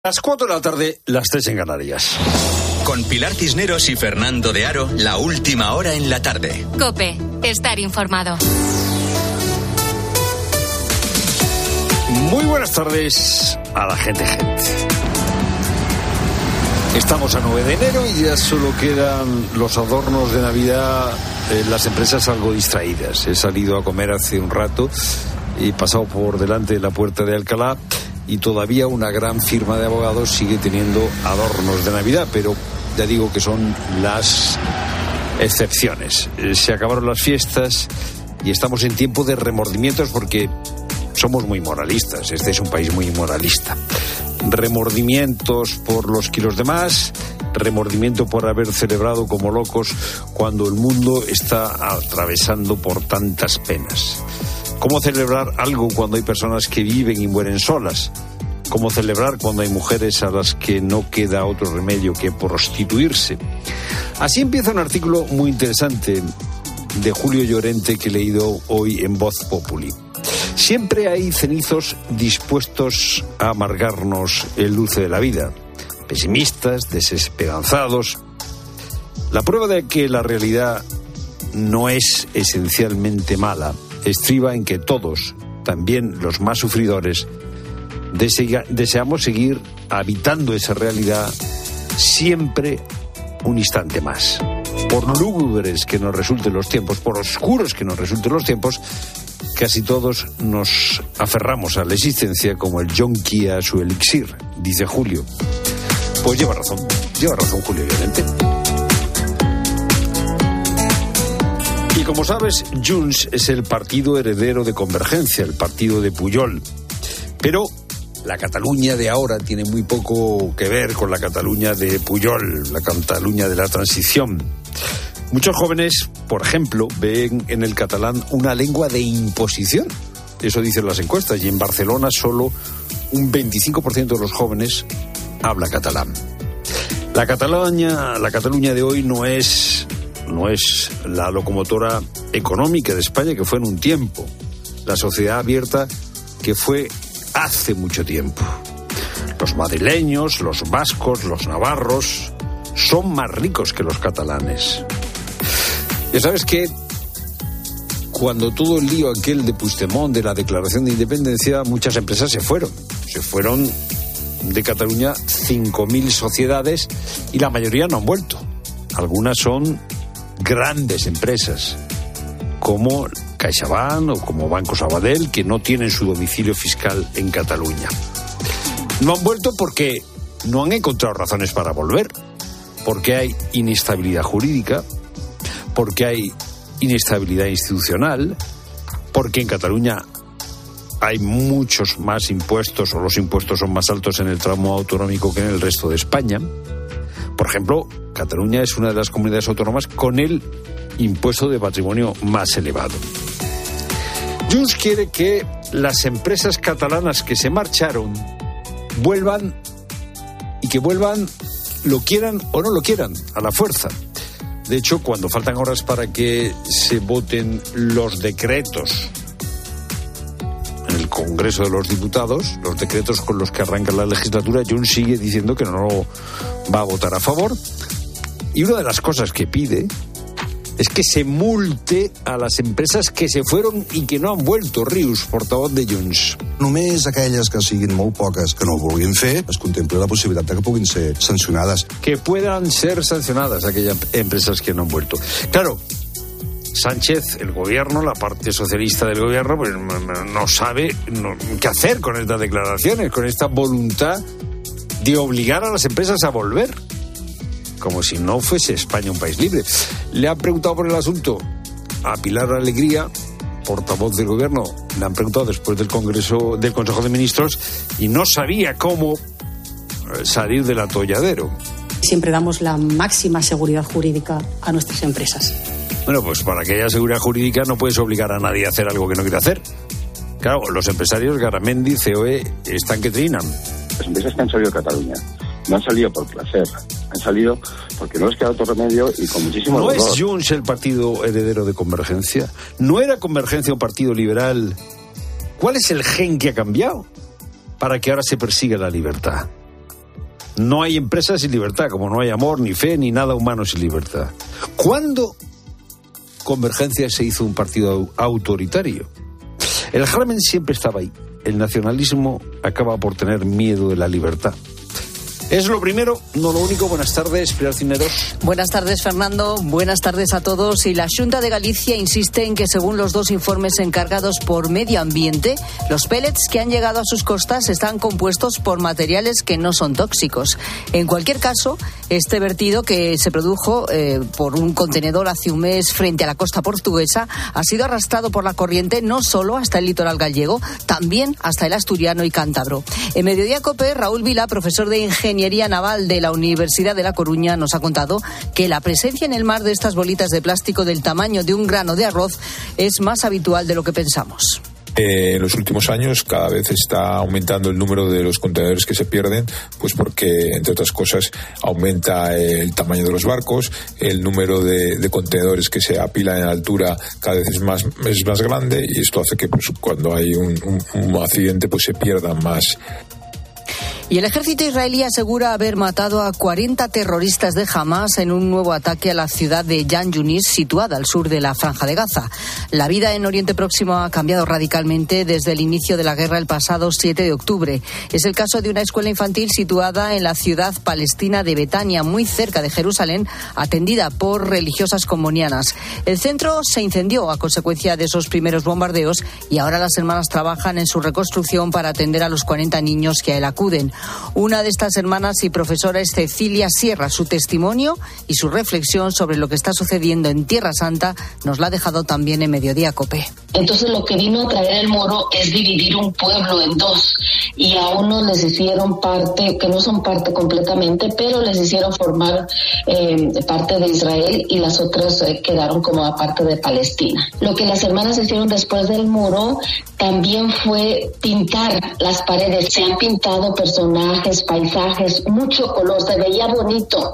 Las 4 de la tarde, las 3 en Canarias. Con Pilar Cisneros y Fernando de Aro, la última hora en la tarde. COPE, estar informado. Muy buenas tardes a la gente. Estamos a 9 de enero y ya solo quedan los adornos de Navidad. Las empresas algo distraídas. He salido a comer hace un rato y he pasado por delante de la puerta de Alcalá y todavía una gran firma de abogados sigue teniendo adornos de Navidad, pero ya digo que son las excepciones. Se acabaron las fiestas y estamos en tiempo de remordimientos porque somos muy moralistas. Este es un país muy moralista. Remordimientos por los kilos de más, remordimiento por haber celebrado como locos cuando el mundo está atravesando por tantas penas. ¿Cómo celebrar algo cuando hay personas que viven y mueren solas? ¿Cómo celebrar cuando hay mujeres a las que no queda otro remedio que prostituirse? Así empieza un artículo muy interesante de Julio Llorente que he leído hoy en Voz Populi. Siempre hay cenizos dispuestos a amargarnos el dulce de la vida, pesimistas, desesperanzados. La prueba de que la realidad no es esencialmente mala estriba en que todos, también los más sufridores, deseamos seguir habitando esa realidad siempre un instante más. Por lúgubres que nos resulten los tiempos, por oscuros que nos resulten los tiempos, casi todos nos aferramos a la existencia como el yonki a su elixir, dice Julio. Pues lleva razón Julio Llorente. Y como sabes, Junts es el partido heredero de Convergencia, el partido de Pujol. Pero la Cataluña de ahora tiene muy poco que ver con la Cataluña de Pujol, la Cataluña de la transición. Muchos jóvenes, por ejemplo, ven en el catalán una lengua de imposición. Eso dicen las encuestas. Y en Barcelona solo un 25% de los jóvenes habla catalán. La Cataluña de hoy no es la locomotora económica de España que fue en un tiempo. La sociedad abierta que fue hace mucho tiempo. Los madrileños, los vascos, los navarros son más ricos que los catalanes. Ya sabes que cuando todo el lío aquel de Puigdemont, de la declaración de independencia, muchas empresas se fueron de Cataluña 5.000 sociedades y la mayoría no han vuelto. Algunas son grandes empresas como CaixaBank o como Banco Sabadell, que no tienen su domicilio fiscal en Cataluña. No han vuelto porque no han encontrado razones para volver, porque hay inestabilidad jurídica, porque hay inestabilidad institucional, porque en Cataluña hay muchos más impuestos o los impuestos son más altos en el tramo autonómico que en el resto de España. Por ejemplo, Cataluña es una de las comunidades autónomas con el impuesto de patrimonio más elevado. Junts quiere que las empresas catalanas que se marcharon vuelvan, y que vuelvan lo quieran o no lo quieran, a la fuerza. De hecho, cuando faltan horas para que se voten los decretos en el Congreso de los Diputados, los decretos con los que arranca la legislatura, Junts sigue diciendo que no va a votar a favor. Y una de las cosas que pide es que se multe a les empreses que se fueron i que no han vuelto. Rius, portavoz de Junts. Només aquelles que siguin molt poques que no ho vulguin fer, es contempla la possibilitat de que puguin ser sancionades. Que puedan ser sancionadas aquellas empresas que no han vuelto. Claro, Sánchez, el gobierno, la parte socialista del gobierno, pues no sabe qué hacer con estas declaraciones, con esta voluntad de obligar a las empresas a volver, como si no fuese España un país libre. Le han preguntado por el asunto a Pilar Alegría, portavoz del gobierno, le han preguntado después del Consejo de Ministros y no sabía cómo salir del atolladero. Siempre damos la máxima seguridad jurídica a nuestras empresas. Bueno, pues para que haya seguridad jurídica no puedes obligar a nadie a hacer algo que no quiere hacer. Claro, los empresarios Garamendi, COE, están que trinan. Las empresas que han salido de Cataluña no han salido por placer, han salido porque no les queda otro remedio y con muchísimo dolor. ¿No es Junts el partido heredero de Convergencia? ¿No era Convergencia un partido liberal? ¿Cuál es el gen que ha cambiado para que ahora se persiga la libertad? No hay empresa sin libertad, como no hay amor, ni fe, ni nada humano sin libertad. ¿Cuándo Convergencia se hizo un partido autoritario? El germen siempre estaba ahí. El nacionalismo acaba por tener miedo de la libertad. Es lo primero, no lo único. Buenas tardes, Pilar Cisneros. Buenas tardes, Fernando. Buenas tardes a todos. Y la Xunta de Galicia insiste en que, según los dos informes encargados por Medio Ambiente, los pellets que han llegado a sus costas están compuestos por materiales que no son tóxicos. En cualquier caso, este vertido que se produjo por un contenedor hace un mes frente a la costa portuguesa ha sido arrastrado por la corriente no solo hasta el litoral gallego, también hasta el asturiano y cántabro. En Mediodía COPE, Raúl Vila, profesor de Ingeniería Naval de la Universidad de La Coruña, nos ha contado que la presencia en el mar de estas bolitas de plástico del tamaño de un grano de arroz es más habitual de lo que pensamos. En los últimos años cada vez está aumentando el número de los contenedores que se pierden, pues porque, entre otras cosas, aumenta el tamaño de los barcos, el número de contenedores que se apilan en altura cada vez es más grande, y esto hace que, pues, cuando hay un accidente, pues se pierdan más. Y el ejército israelí asegura haber matado a 40 terroristas de Hamas en un nuevo ataque a la ciudad de Khan Yunis, situada al sur de la Franja de Gaza. La vida en Oriente Próximo ha cambiado radicalmente desde el inicio de la guerra el pasado 7 de octubre. Es el caso de una escuela infantil situada en la ciudad palestina de Betania, muy cerca de Jerusalén, atendida por religiosas combonianas. El centro se incendió a consecuencia de esos primeros bombardeos y ahora las hermanas trabajan en su reconstrucción para atender a los 40 niños que a él acuden. Una de estas hermanas y profesora es Cecilia Sierra. Su testimonio y su reflexión sobre lo que está sucediendo en Tierra Santa nos la ha dejado también en Mediodía COPE. Entonces lo que vino a traer el moro es dividir un pueblo en dos, y a unos les hicieron parte, que no son parte completamente, pero les hicieron formar parte de Israel, y las otras quedaron como parte de Palestina. Lo que las hermanas hicieron después del muro también fue pintar las paredes. Se han pintado personajes, paisajes, mucho color, se veía bonito.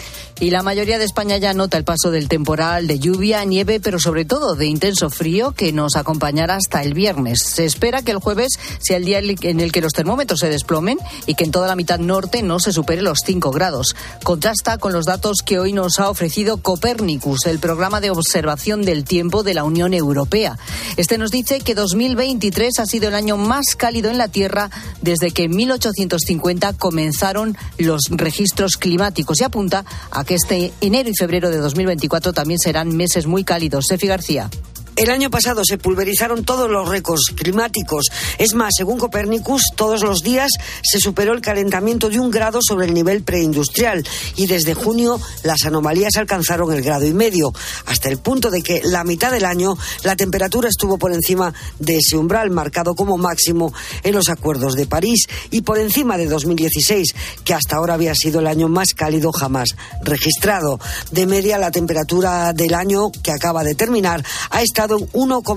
Y la mayoría de España ya nota el paso del temporal, de lluvia, nieve, pero sobre todo de intenso frío que nos acompañará hasta el viernes. Se espera que el jueves sea el día en el que los termómetros se desplomen y que en toda la mitad norte no se supere los 5 grados. Contrasta con los datos que hoy nos ha ofrecido Copernicus, el programa de observación del tiempo de la Unión Europea. Este nos dice que 2023 ha sido el año más cálido en la Tierra desde que en 1850 comenzaron los registros climáticos, y apunta a que este enero y febrero de 2024 también serán meses muy cálidos. Sefi García. El año pasado se pulverizaron todos los récords climáticos. Es más, según Copernicus, todos los días se superó el calentamiento de 1 grado sobre el nivel preindustrial, y desde junio las anomalías alcanzaron el 1,5 grados, hasta el punto de que la mitad del año la temperatura estuvo por encima de ese umbral marcado como máximo en los acuerdos de París, y por encima de 2016, que hasta ahora había sido el año más cálido jamás registrado. De media, la temperatura del año que acaba de terminar ha estado en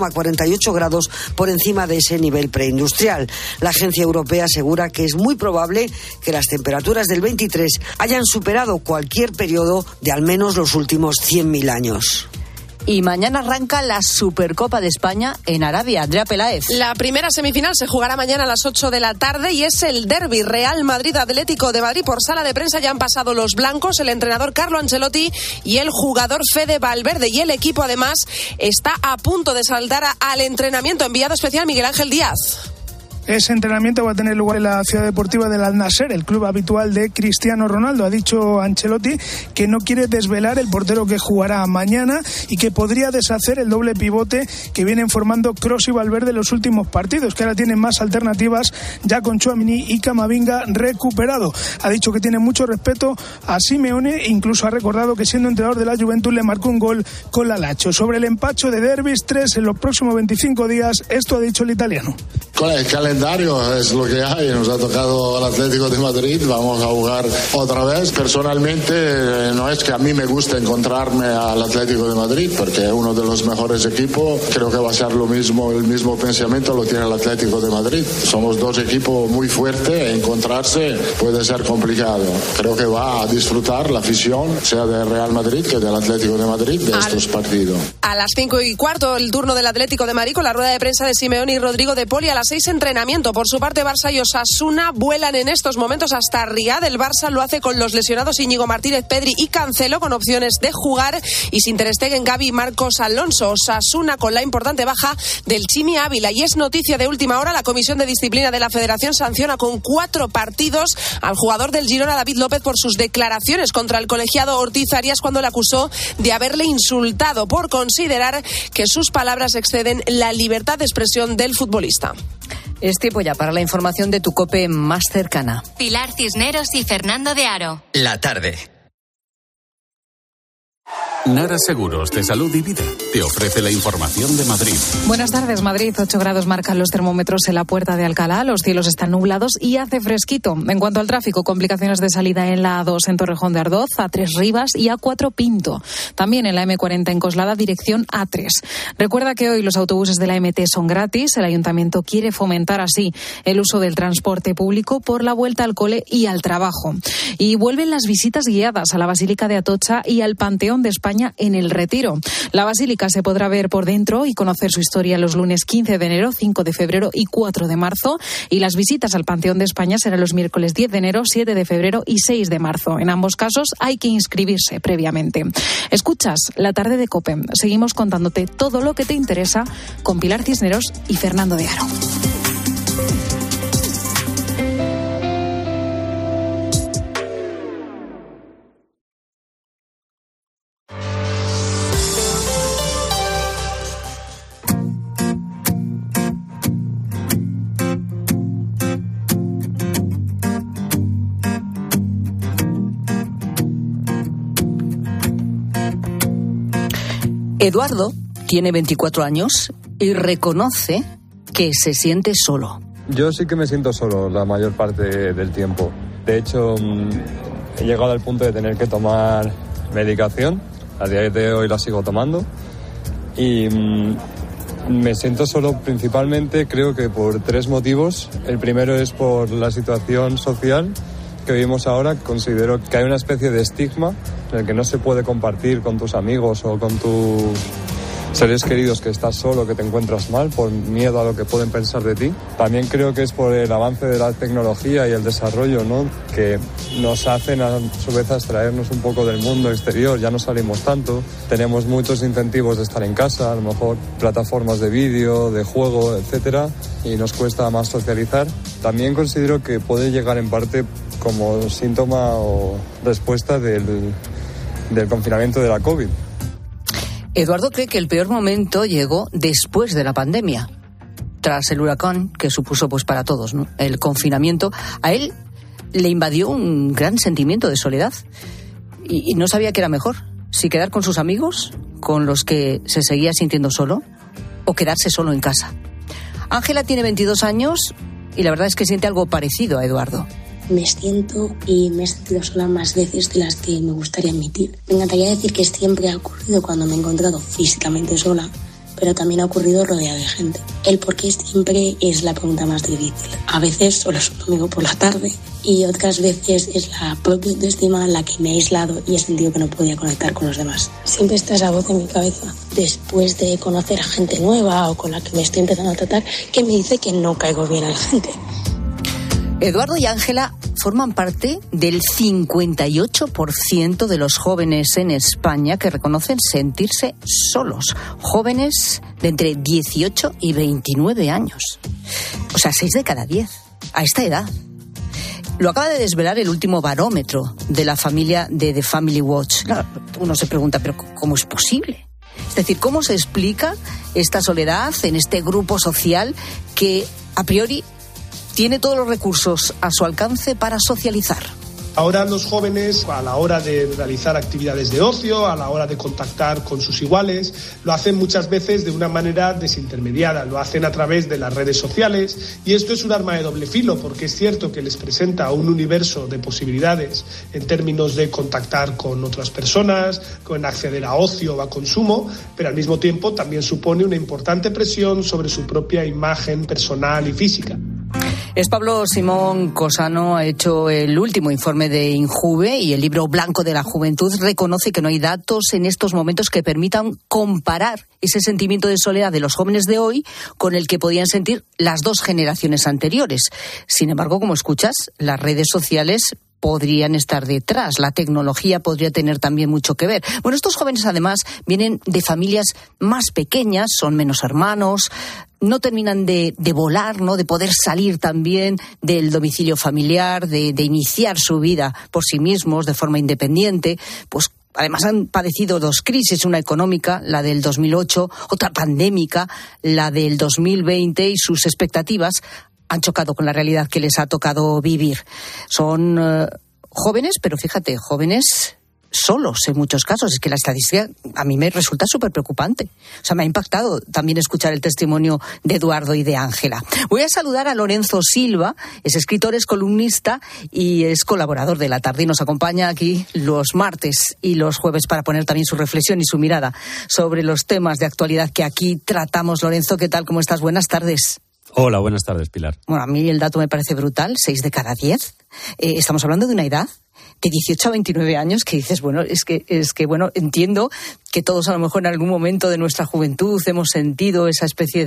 1,48 grados por encima de ese nivel preindustrial. La agencia europea asegura que es muy probable que las temperaturas del 23 hayan superado cualquier periodo de al menos los últimos 100.000 años. Y mañana arranca la Supercopa de España en Arabia. Andrea Peláez. La primera semifinal se jugará mañana a las 8 de la tarde y es el derbi Real Madrid-Atlético de Madrid. Por sala de prensa ya han pasado los blancos, el entrenador Carlo Ancelotti y el jugador Fede Valverde. Y el equipo además está a punto de saltar al entrenamiento. Enviado especial Miguel Ángel Díaz. Ese entrenamiento va a tener lugar en la ciudad deportiva del Al-Nasser, el club habitual de Cristiano Ronaldo. Ha dicho Ancelotti que no quiere desvelar el portero que jugará mañana y que podría deshacer el doble pivote que vienen formando Kroos y Valverde en los últimos partidos, que ahora tienen más alternativas ya con Tchouaméni y Camavinga recuperado. Ha dicho que tiene mucho respeto a Simeone e incluso ha recordado que siendo entrenador de la Juventus le marcó un gol con la Lazio. Sobre el empacho de derbis, 3 en los próximos 25 días, esto ha dicho el italiano. Con el calendario es lo que hay, nos ha tocado al Atlético de Madrid, vamos a jugar otra vez. Personalmente no es que a mí me guste encontrarme al Atlético de Madrid porque es uno de los mejores equipos, creo que va a ser lo mismo, el mismo pensamiento lo tiene el Atlético de Madrid. Somos dos equipos muy fuertes e encontrarse puede ser complicado. Creo que va a disfrutar la afición, sea del Real Madrid que del Atlético de Madrid, de estos partidos. A las 5:15 el turno del Atlético de Madrid con la rueda de prensa de Simeone y Rodrigo de Poli. A las 6 entrenamiento. Por su parte, Barça y Osasuna vuelan en estos momentos hasta Riad. El Barça lo hace con los lesionados Íñigo Martínez, Pedri y Cancelo, con opciones de jugar, y sin Ter Stegen, Gavi y Marcos Alonso. Osasuna con la importante baja del Chimi Ávila. Y es noticia de última hora: la Comisión de Disciplina de la Federación sanciona con 4 partidos al jugador del Girona, David López, por sus declaraciones contra el colegiado Ortiz Arias cuando le acusó de haberle insultado, por considerar que sus palabras exceden la libertad de expresión del futbolista. Es tiempo ya para la información de tu COPE más cercana. Pilar Cisneros y Fernando de Aro. La tarde. Nara Seguros de Salud y Vida te ofrece la información de Madrid. Buenas tardes, Madrid. 8 grados marcan los termómetros en la Puerta de Alcalá. Los cielos están nublados y hace fresquito. En cuanto al tráfico, complicaciones de salida en la A2 en Torrejón de Ardoz, A3 Rivas y A4 Pinto. También en la M40 en Coslada, dirección A3. Recuerda que hoy los autobuses de la MT son gratis. El Ayuntamiento quiere fomentar así el uso del transporte público por la vuelta al cole y al trabajo. Y vuelven las visitas guiadas a la Basílica de Atocha y al Panteón de España en el Retiro. La basílica se podrá ver por dentro y conocer su historia los lunes 15 de enero, 5 de febrero y 4 de marzo. Y las visitas al Panteón de España serán los miércoles 10 de enero, 7 de febrero y 6 de marzo. En ambos casos hay que inscribirse previamente. Escuchas La Tarde de COPE. Seguimos contándote todo lo que te interesa con Pilar Cisneros y Fernando de Aro. Eduardo tiene 24 años y reconoce que se siente solo. Yo sí que me siento solo la mayor parte del tiempo. De hecho, he llegado al punto de tener que tomar medicación. A día de hoy la sigo tomando. Y me siento solo principalmente, creo que por 3 motivos. El primero es por la situación social que vivimos ahora. Considero que hay una especie de estigma en el que no se puede compartir con tus amigos o con tus seres queridos que estás solo, que te encuentras mal, por miedo a lo que pueden pensar de ti. También creo que es por el avance de la tecnología y el desarrollo, ¿no?, que nos hacen a su vez abstraernos un poco del mundo exterior. Ya no salimos tanto, tenemos muchos incentivos de estar en casa, a lo mejor plataformas de vídeo, de juego, etcétera, y nos cuesta más socializar. También considero que puede llegar en parte como síntoma o respuesta del confinamiento de la COVID. Eduardo cree que el peor momento llegó después de la pandemia, tras el huracán que supuso pues para todos, ¿no?, el confinamiento. A él le invadió un gran sentimiento de soledad y no sabía qué era mejor, si quedar con sus amigos, con los que se seguía sintiendo solo, o quedarse solo en casa. Ángela tiene 22 años y la verdad es que siente algo parecido a Eduardo. Me siento y me he sentido sola más veces de las que me gustaría admitir. Me encantaría decir que siempre ha ocurrido cuando me he encontrado físicamente sola, pero también ha ocurrido rodeada de gente. El por qué siempre es la pregunta más difícil. A veces solo es un domingo por la tarde y otras veces es la propia autoestima la que me ha aislado y he sentido que no podía conectar con los demás. Siempre está esa voz en mi cabeza, después de conocer a gente nueva o con la que me estoy empezando a tratar, que me dice que no caigo bien a la gente. Eduardo y Ángela forman parte del 58% de los jóvenes en España que reconocen sentirse solos. Jóvenes de entre 18 y 29 años. O sea, 6 de cada 10 a esta edad. Lo acaba de desvelar el último barómetro de la familia de The Family Watch. Claro, uno se pregunta, ¿pero cómo es posible? Es decir, ¿cómo se explica esta soledad en este grupo social que a priori tiene todos los recursos a su alcance para socializar? Ahora los jóvenes, a la hora de realizar actividades de ocio, a la hora de contactar con sus iguales, lo hacen muchas veces de una manera desintermediada, lo hacen a través de las redes sociales, y esto es un arma de doble filo, porque es cierto que les presenta un universo de posibilidades en términos de contactar con otras personas, con acceder a ocio o a consumo, pero al mismo tiempo también supone una importante presión sobre su propia imagen personal y física. Es Pablo Simón Cosano, ha hecho el último informe de Injuve y el libro blanco de la juventud reconoce que no hay datos en estos momentos que permitan comparar ese sentimiento de soledad de los jóvenes de hoy con el que podían sentir las dos generaciones anteriores. Sin embargo, como escuchas, las redes sociales podrían estar detrás, la tecnología podría tener también mucho que ver. Bueno, estos jóvenes además vienen de familias más pequeñas, son menos hermanos, no terminan de volar, ¿no? De poder salir también del domicilio familiar, de iniciar su vida por sí mismos de forma independiente, pues además han padecido dos crisis, una económica, la del 2008, otra pandémica, la del 2020, y sus expectativas han chocado con la realidad que les ha tocado vivir. Son jóvenes, pero fíjate, jóvenes solos en muchos casos. Es que la estadística a mí me resulta súper preocupante. O sea, me ha impactado también escuchar el testimonio de Eduardo y de Ángela. Voy a saludar a Lorenzo Silva, es escritor, es columnista y es colaborador de La Tarde. Y nos acompaña aquí los martes y los jueves para poner también su reflexión y su mirada sobre los temas de actualidad que aquí tratamos. Lorenzo, ¿qué tal? ¿Cómo estás? Buenas tardes. Hola, buenas tardes, Pilar. Bueno, a mí el dato me parece brutal, 6 de cada 10. Estamos hablando de una edad de 18 a 29 años que dices, bueno, es que bueno, entiendo que todos a lo mejor en algún momento de nuestra juventud hemos sentido esa especie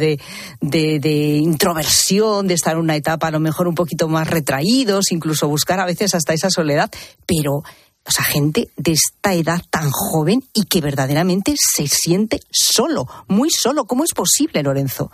de introversión, de estar en una etapa a lo mejor un poquito más retraídos, incluso buscar a veces hasta esa soledad, pero, o sea, gente de esta edad tan joven y que verdaderamente se siente solo, muy solo. ¿Cómo es posible, Lorenzo?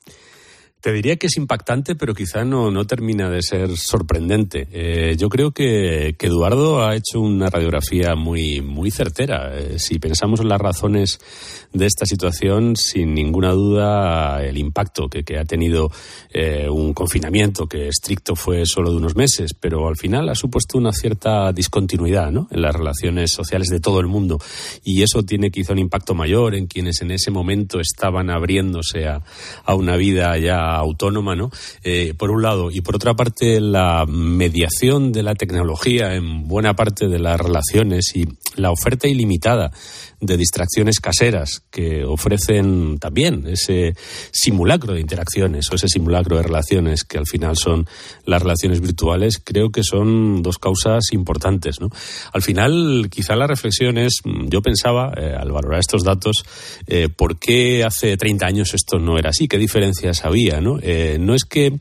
Te diría que es impactante, pero quizá no termina de ser sorprendente. Yo creo que Eduardo ha hecho una radiografía muy, muy certera. Si pensamos en las razones de esta situación, sin ninguna duda el impacto que ha tenido un confinamiento que estricto fue solo de unos meses, pero al final ha supuesto una cierta discontinuidad, ¿no?, en las relaciones sociales de todo el mundo, y eso tiene quizá un impacto mayor en quienes en ese momento estaban abriéndose a una vida ya autónoma, ¿no? Por un lado, y por otra parte la mediación de la tecnología en buena parte de las relaciones y la oferta ilimitada de distracciones caseras que ofrecen también ese simulacro de interacciones o ese simulacro de relaciones que al final son las relaciones virtuales, creo que son dos causas importantes, ¿no? Al final, quizá la reflexión es, yo pensaba, al valorar estos datos, ¿por qué hace 30 años esto no era así? ¿Qué diferencias había, no? No es que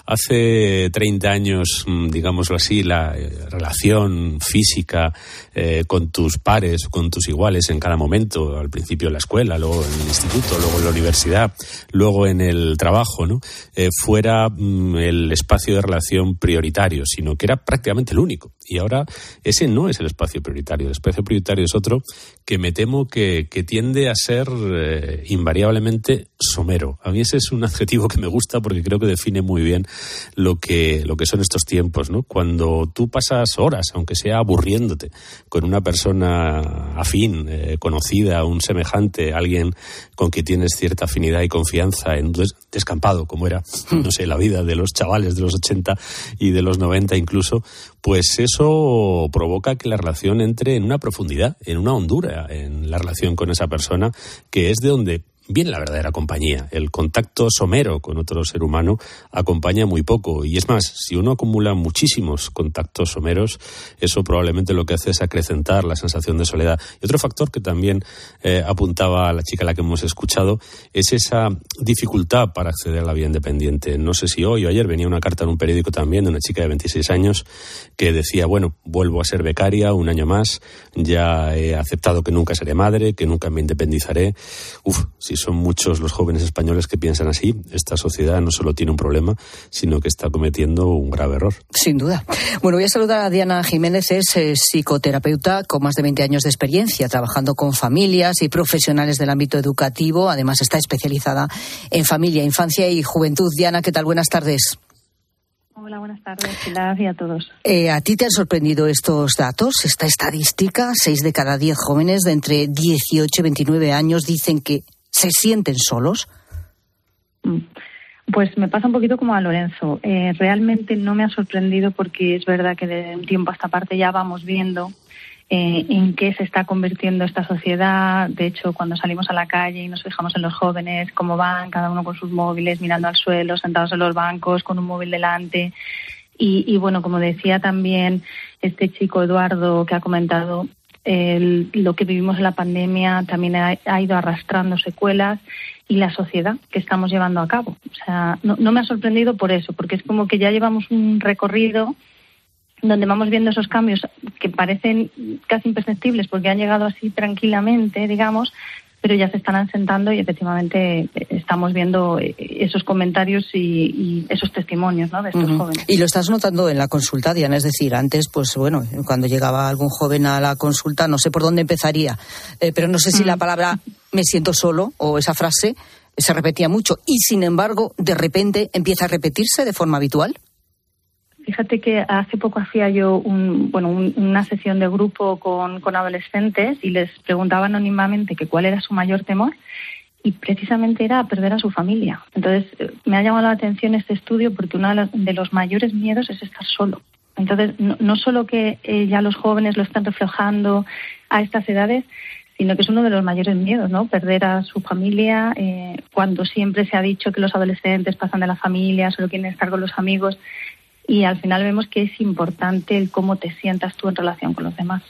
hace 30 años, digámoslo así, la relación física con tus pares, con tus iguales en cada momento, al principio en la escuela, luego en el instituto, luego en la universidad, luego en el trabajo, ¿no?, fuera el espacio de relación prioritario, sino que era prácticamente el único. Y ahora ese no es el espacio prioritario. El espacio prioritario es otro que me temo que tiende a ser invariablemente somero. A mí ese es un adjetivo que me gusta porque creo que define muy bien lo que son estos tiempos, ¿no? Cuando tú pasas horas, aunque sea aburriéndote, con una persona afín, conocida, un semejante, alguien con quien tienes cierta afinidad y confianza en un descampado, como era, no sé, la vida de los chavales de los 80 y de los 90 incluso, pues eso provoca que la relación entre en una profundidad, en una hondura, en la relación con esa persona, que es de donde viene la verdadera compañía. El contacto somero con otro ser humano acompaña muy poco. Y es más, si uno acumula muchísimos contactos someros, eso probablemente lo que hace es acrecentar la sensación de soledad. Y otro factor que también apuntaba la chica a la que hemos escuchado es esa dificultad para acceder a la vida independiente. No sé si hoy o ayer venía una carta en un periódico también de una chica de 26 años que decía, bueno, vuelvo a ser becaria un año más, ya he aceptado que nunca seré madre, que nunca me independizaré. Si son muchos los jóvenes españoles que piensan así, esta sociedad no solo tiene un problema, sino que está cometiendo un grave error. Sin duda. Bueno, voy a saludar a Diana Jiménez, es psicoterapeuta con más de 20 años de experiencia trabajando con familias y profesionales del ámbito educativo. Además, está especializada en familia, infancia y juventud. Diana, ¿qué tal? Buenas tardes. Hola, buenas tardes, Pilar, y a todos. ¿A ti te han sorprendido estos datos, esta estadística? 6 de cada 10 jóvenes de entre 18 y 29 años dicen que se sienten solos. Pues me pasa un poquito como a Lorenzo. Realmente no me ha sorprendido porque es verdad que de un tiempo a esta parte ya vamos viendo en qué se está convirtiendo esta sociedad. De hecho, cuando salimos a la calle y nos fijamos en los jóvenes, cómo van, cada uno con sus móviles, mirando al suelo, sentados en los bancos, con un móvil delante. Y bueno, como decía también este chico Eduardo que ha comentado, lo que vivimos en la pandemia también ha ido arrastrando secuelas, y la sociedad que estamos llevando a cabo. O sea, no me ha sorprendido por eso, porque es como que ya llevamos un recorrido donde vamos viendo esos cambios que parecen casi imperceptibles porque han llegado así tranquilamente, digamos, pero ya se están asentando y efectivamente estamos viendo esos comentarios y esos testimonios, ¿no?, de estos jóvenes. Y lo estás notando en la consulta, Diana, es decir, antes, pues bueno, cuando llegaba algún joven a la consulta, no sé por dónde empezaría, pero no sé si la palabra "me siento solo" o esa frase se repetía mucho, y sin embargo, de repente empieza a repetirse de forma habitual. Fíjate que hace poco hacía yo una sesión de grupo con adolescentes y les preguntaba anónimamente que cuál era su mayor temor, y precisamente era perder a su familia. Entonces me ha llamado la atención este estudio porque uno de los mayores miedos es estar solo. Entonces no solo que ya los jóvenes lo están reflejando a estas edades, sino que es uno de los mayores miedos, ¿no? Perder a su familia, cuando siempre se ha dicho que los adolescentes pasan de la familia, solo quieren estar con los amigos. Y al final vemos que es importante el cómo te sientas tú en relación con los demás.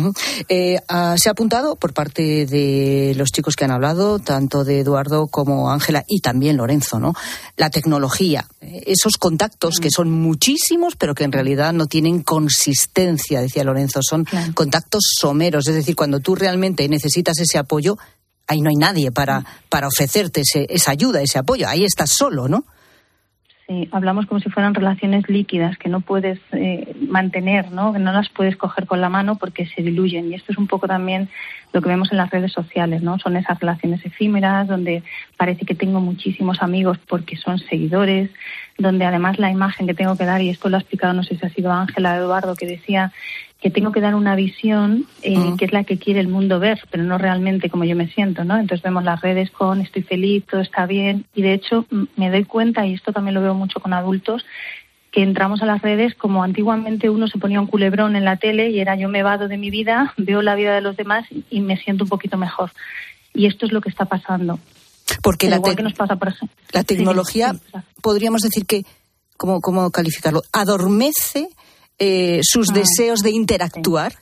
Se ha apuntado por parte de los chicos que han hablado, tanto de Eduardo como Ángela y también Lorenzo, ¿no? La tecnología, esos contactos que son muchísimos, pero que en realidad no tienen consistencia, decía Lorenzo, son contactos someros. Es decir, cuando tú realmente necesitas ese apoyo, ahí no hay nadie para ofrecerte esa ayuda, ese apoyo. Ahí estás solo, ¿no? Sí, hablamos como si fueran relaciones líquidas que no puedes mantener, ¿no? Que no las puedes coger con la mano porque se diluyen. Y esto es un poco también lo que vemos en las redes sociales, ¿no? Son esas relaciones efímeras donde parece que tengo muchísimos amigos porque son seguidores, donde además la imagen que tengo que dar, y esto lo ha explicado, no sé si ha sido Ángela o Eduardo, que decía que tengo que dar una visión que es la que quiere el mundo ver, pero no realmente como yo me siento, ¿no? Entonces vemos las redes con estoy feliz, todo está bien, y de hecho me doy cuenta, y esto también lo veo mucho con adultos, que entramos a las redes como antiguamente uno se ponía un culebrón en la tele y era yo me evado de mi vida, veo la vida de los demás y me siento un poquito mejor. Y esto es lo que está pasando. Porque igual que nos pasa, por ejemplo, la tecnología, podríamos decir que, ¿cómo calificarlo? Adormece sus deseos de interactuar.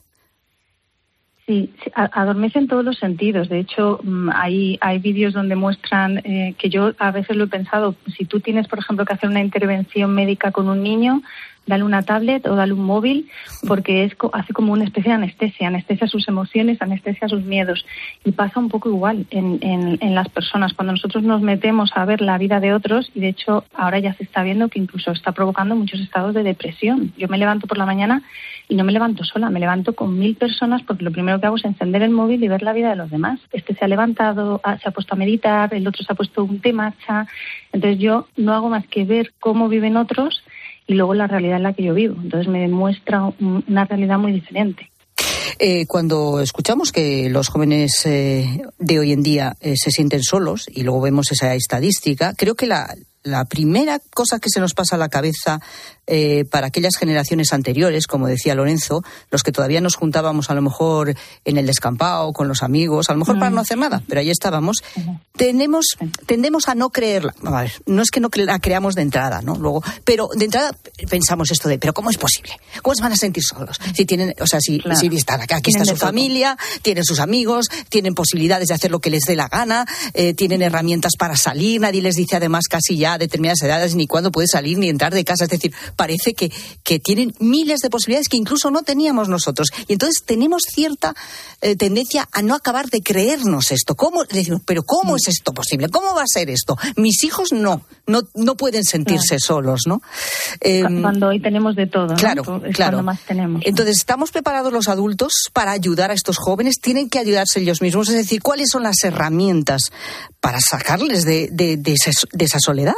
Sí, adormece en todos los sentidos. De hecho, hay vídeos donde muestran que yo a veces lo he pensado, si tú tienes, por ejemplo, que hacer una intervención médica con un niño, dale una tablet o dale un móvil, porque hace como una especie de anestesia sus emociones, anestesia sus miedos. Y pasa un poco igual en las personas. Cuando nosotros nos metemos a ver la vida de otros, y de hecho ahora ya se está viendo que incluso está provocando muchos estados de depresión. Yo me levanto por la mañana y no me levanto sola, me levanto con 1000 personas porque lo primero que hago es encender el móvil y ver la vida de los demás. Este se ha levantado, se ha puesto a meditar, el otro se ha puesto un té matcha. Entonces yo no hago más que ver cómo viven otros y luego la realidad en la que yo vivo. Entonces me demuestra una realidad muy diferente. Cuando escuchamos que los jóvenes de hoy en día se sienten solos y luego vemos esa estadística, creo que la primera cosa que se nos pasa a la cabeza para aquellas generaciones anteriores, como decía Lorenzo, los que todavía nos juntábamos a lo mejor en el descampado con los amigos, a lo mejor para no hacer nada, pero ahí estábamos, tendemos a no creerla. A ver, no es que no la creamos de entrada, ¿no? Luego, pero de entrada pensamos esto de, ¿pero cómo es posible? ¿Cómo se van a sentir solos? Si tienen, o sea, si están aquí está su familia, tienen sus amigos, tienen posibilidades de hacer lo que les dé la gana, tienen herramientas para salir, nadie les dice además casi ya a determinadas edades ni cuándo puede salir ni entrar de casa, es decir, parece que tienen miles de posibilidades que incluso no teníamos nosotros. Y entonces tenemos cierta tendencia a no acabar de creernos esto. Decimos, pero ¿cómo es esto posible? ¿Cómo va a ser esto? Mis hijos no pueden sentirse solos, ¿no? Cuando hoy tenemos de todo, ¿no? Claro. Cuando más tenemos. Entonces, ¿estamos preparados los adultos para ayudar a estos jóvenes? ¿Tienen que ayudarse ellos mismos? Es decir, ¿cuáles son las herramientas para sacarles de esa soledad?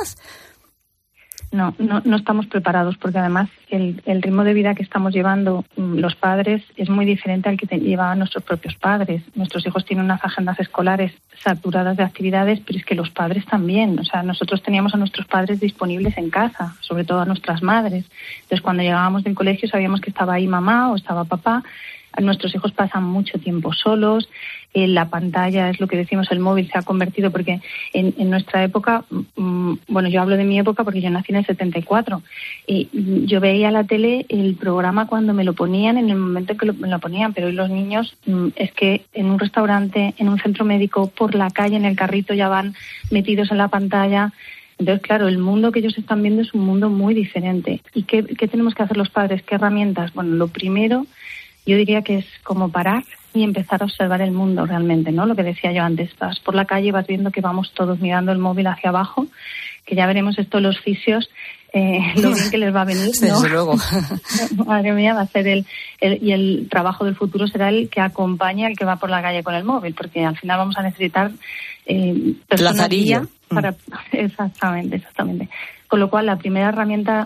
No estamos preparados porque además el ritmo de vida que estamos llevando los padres es muy diferente al que llevaban nuestros propios padres. Nuestros hijos tienen unas agendas escolares saturadas de actividades, pero es que los padres también. O sea, nosotros teníamos a nuestros padres disponibles en casa, sobre todo a nuestras madres. Entonces, cuando llegábamos del colegio sabíamos que estaba ahí mamá o estaba papá, Nuestros hijos pasan mucho tiempo solos. La pantalla, es lo que decimos, el móvil se ha convertido, porque en nuestra época, bueno, yo hablo de mi época porque yo nací en el 74, y yo veía la tele, el programa cuando me lo ponían, en el momento en que me lo ponían, pero hoy los niños es que en un restaurante, en un centro médico, por la calle, en el carrito, ya van metidos en la pantalla. Entonces, claro, el mundo que ellos están viendo es un mundo muy diferente. ¿Y qué tenemos que hacer los padres? ¿Qué herramientas? Bueno, lo primero, yo diría que es como parar y empezar a observar el mundo realmente, ¿no? Lo que decía yo antes, vas por la calle y vas viendo que vamos todos mirando el móvil hacia abajo, que ya veremos esto los fisios, lo bien que les va a venir, ¿no? Desde luego. Madre mía, va a ser el trabajo del futuro será el que acompaña al que va por la calle con el móvil, porque al final vamos a necesitar personas guía para... Exactamente. Con lo cual, la primera herramienta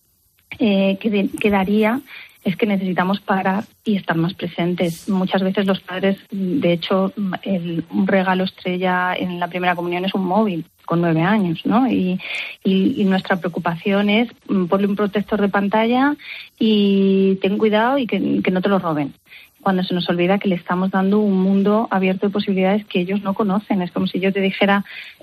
que daría es que necesitamos parar y estar más presentes. Muchas veces los padres, de hecho, un regalo estrella en la primera comunión es un móvil con 9 años, ¿no? Y nuestra preocupación es ponle un protector de pantalla y ten cuidado y que no te lo roben. Cuando se nos olvida que le estamos dando un mundo abierto de posibilidades que ellos no conocen. Es como si yo te dijera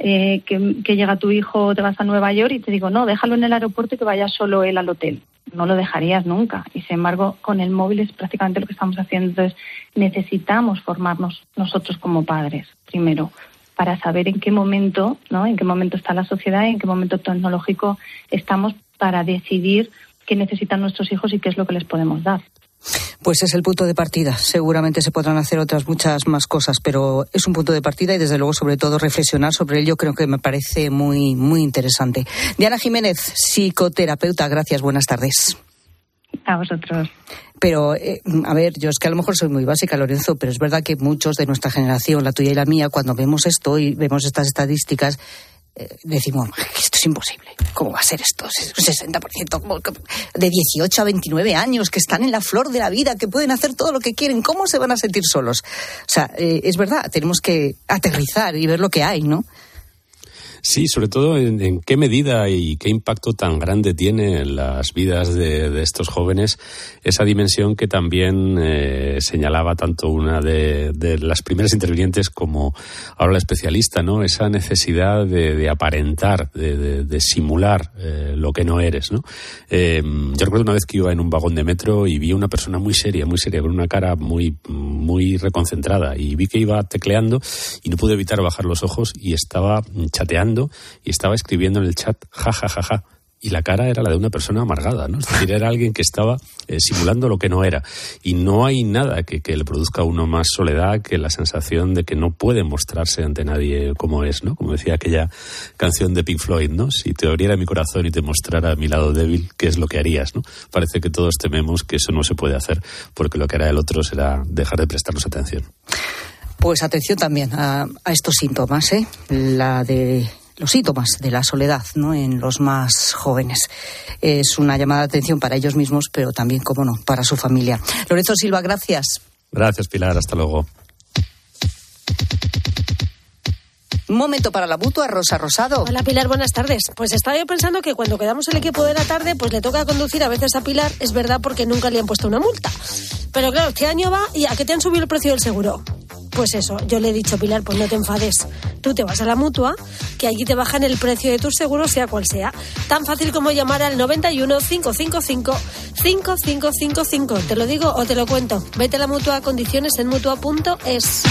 que llega tu hijo, te vas a Nueva York y te digo, no, déjalo en el aeropuerto y que vaya solo él al hotel. No lo dejarías nunca. Y sin embargo, con el móvil es prácticamente lo que estamos haciendo. Entonces, necesitamos formarnos nosotros como padres, primero, para saber en qué momento, ¿no? En qué momento está la sociedad y en qué momento tecnológico estamos para decidir qué necesitan nuestros hijos y qué es lo que les podemos dar. Pues es el punto de partida. Seguramente se podrán hacer otras muchas más cosas, pero es un punto de partida y desde luego, sobre todo, reflexionar sobre ello creo que me parece muy, muy interesante. Diana Jiménez, psicoterapeuta, gracias, buenas tardes. A vosotros. Pero, a ver, yo es que a lo mejor soy muy básica, Lorenzo, pero es verdad que muchos de nuestra generación, la tuya y la mía, cuando vemos esto y vemos estas estadísticas, decimos, esto es imposible. ¿Cómo va a ser esto? Un 60% de 18 a 29 años que están en la flor de la vida, que pueden hacer todo lo que quieren. ¿Cómo se van a sentir solos? O sea, es verdad, tenemos que aterrizar y ver lo que hay, ¿no? Sí, sobre todo en qué medida y qué impacto tan grande tiene en las vidas de estos jóvenes esa dimensión que también señalaba tanto una de las primeras intervinientes como ahora la especialista, ¿no? Esa necesidad de aparentar, de simular lo que no eres, ¿no? Yo recuerdo una vez que iba en un vagón de metro y vi a una persona muy seria, con una cara muy, muy reconcentrada, y vi que iba tecleando y no pude evitar bajar los ojos y estaba chateando y estaba escribiendo en el chat ja. Y la cara era la de una persona amargada, ¿no? Es decir, era alguien que estaba simulando lo que no era. Y no hay nada que le produzca a uno más soledad que la sensación de que no puede mostrarse ante nadie como es, ¿no? Como decía aquella canción de Pink Floyd, ¿no? Si te abriera mi corazón y te mostrara mi lado débil, ¿qué es lo que harías, no? Parece que todos tememos que eso no se puede hacer, porque lo que hará el otro será dejar de prestarnos atención. Pues atención también a estos síntomas, los síntomas de la soledad, ¿no? En los más jóvenes. Es una llamada de atención para ellos mismos, pero también, cómo no, para su familia. Lorenzo Silva, gracias. Gracias, Pilar. Hasta luego. Un momento para la Mutua, Rosa Rosado. Hola, Pilar, buenas tardes. Pues estaba yo pensando que cuando quedamos el equipo de la tarde, pues le toca conducir a veces a Pilar, es verdad, porque nunca le han puesto una multa. Pero claro, este año va y ¿a qué te han subido el precio del seguro? Pues eso, yo le he dicho, Pilar, pues no te enfades. Tú te vas a la Mutua, que allí te bajan el precio de tus seguros, sea cual sea. Tan fácil como llamar al 91 555 5555. ¿Te lo digo o te lo cuento? Vete a la Mutua, condiciones en mutua.es.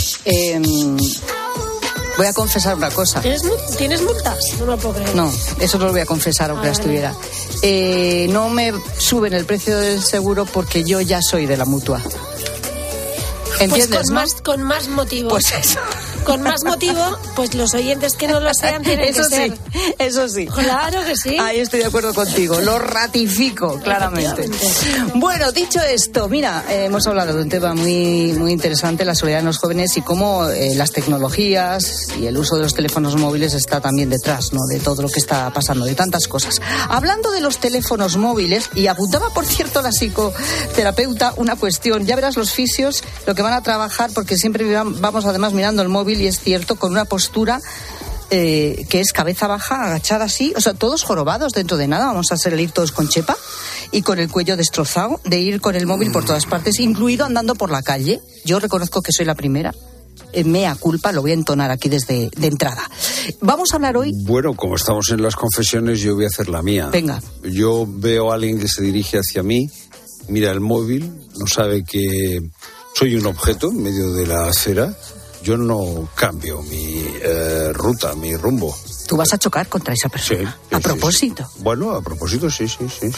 Voy a confesar una cosa. ¿Tienes multas? No me lo puedo creer. No, eso no lo voy a confesar aunque la estuviera. No me suben el precio del seguro porque yo ya soy de la Mutua. ¿Entiendes? Pues con más motivo. Pues eso. Con más motivo, pues los oyentes que no lo sean tienen que ser. Eso sí. Claro que sí. Ahí estoy de acuerdo contigo. Lo ratifico, claramente. Bueno, dicho esto, mira, hemos hablado de un tema muy, muy interesante, la soledad en los jóvenes y cómo las tecnologías y el uso de los teléfonos móviles está también detrás, ¿no? De todo lo que está pasando, de tantas cosas. Hablando de los teléfonos móviles, y apuntaba, por cierto, la psicoterapeuta una cuestión. Ya verás los fisios lo que van a trabajar, porque siempre vamos además mirando el móvil, y es cierto, con una postura que es cabeza baja, agachada así, o sea, todos jorobados dentro de nada, vamos a salir todos con chepa. y con el cuello destrozado de ir con el móvil por todas partes, incluido andando por la calle. Yo reconozco que soy la primera. Mea culpa, lo voy a entonar aquí de entrada. Vamos a hablar hoy... Bueno, como estamos en las confesiones, yo voy a hacer la mía. Venga. Yo veo a alguien que se dirige hacia mí, mira el móvil, no sabe que soy un objeto en medio de la acera. Yo no cambio mi ruta, mi rumbo. ¿Tú vas a chocar contra esa persona? Sí, ¿A propósito? Sí. Bueno, a propósito, sí.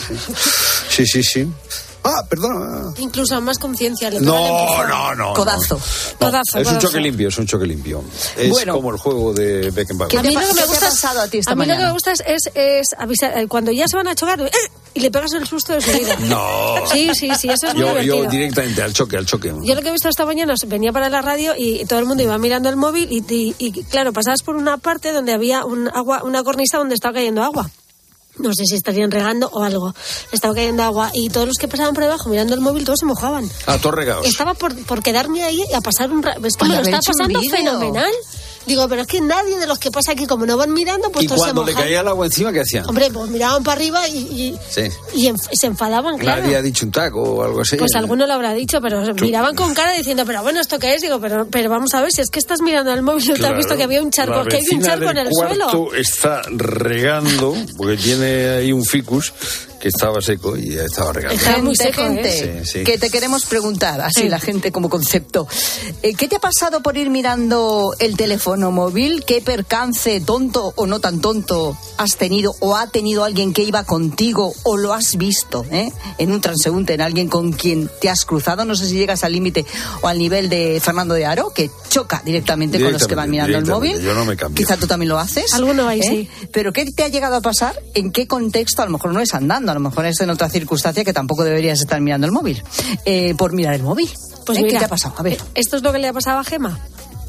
Sí. Ah, perdona. Incluso a más conciencia. No. Codazo. Es un choque limpio, Es bueno, como el juego de Beckenbauer. A mí lo que me gusta, ha pasado a ti esta mí mañana? lo que me gusta es avisar, cuando ya se van a chocar, y le pegas el susto de su vida. No. Sí, eso es muy divertido. Yo directamente al choque. Yo lo que he visto esta mañana, venía para la radio y todo el mundo iba mirando el móvil y claro, pasabas por una parte donde había una cornisa donde estaba cayendo agua. No sé si estarían regando o algo. Estaba cayendo agua y todos los que pasaban por debajo mirando el móvil, todos se mojaban. Todos regados. Estaba por quedarme ahí a pasar un rato. Es que me lo está pasando fenomenal. Digo, pero es que nadie de los que pasa aquí, como no van mirando, pues todos se mojan. ¿Y cuando le caía el agua encima, qué hacían? Hombre, pues miraban para arriba y se enfadaban, claro. Nadie ha dicho un taco o algo así. Pues alguno lo habrá dicho, pero miraban con cara diciendo, pero bueno, ¿esto qué es? Digo, pero vamos a ver, si es que estás mirando al móvil, ¿no te has visto que había un charco? Que hay un charco en el suelo. Está regando, porque tiene ahí un ficus que estaba seco y estaba regando. Estaba muy seco, gente, que te queremos preguntar, así la gente como concepto. ¿Qué te ha pasado por ir mirando el teléfono móvil? ¿Qué percance, tonto o no tan tonto, has tenido o ha tenido alguien que iba contigo o lo has visto en un transeúnte, en alguien con quien te has cruzado? No sé si llegas al límite o al nivel de Fernando de Aro, que choca directamente con los que van mirando el móvil. Yo no me cambio. Quizá tú también lo haces. Alguno ahí sí. Pero ¿qué te ha llegado a pasar? ¿En qué contexto? A lo mejor no es andando, a lo mejor es en otra circunstancia que tampoco deberías estar mirando el móvil. Por mirar el móvil. Pues ¿Qué mira, te ha pasado? A ver. Esto es lo que le ha pasado a Gema.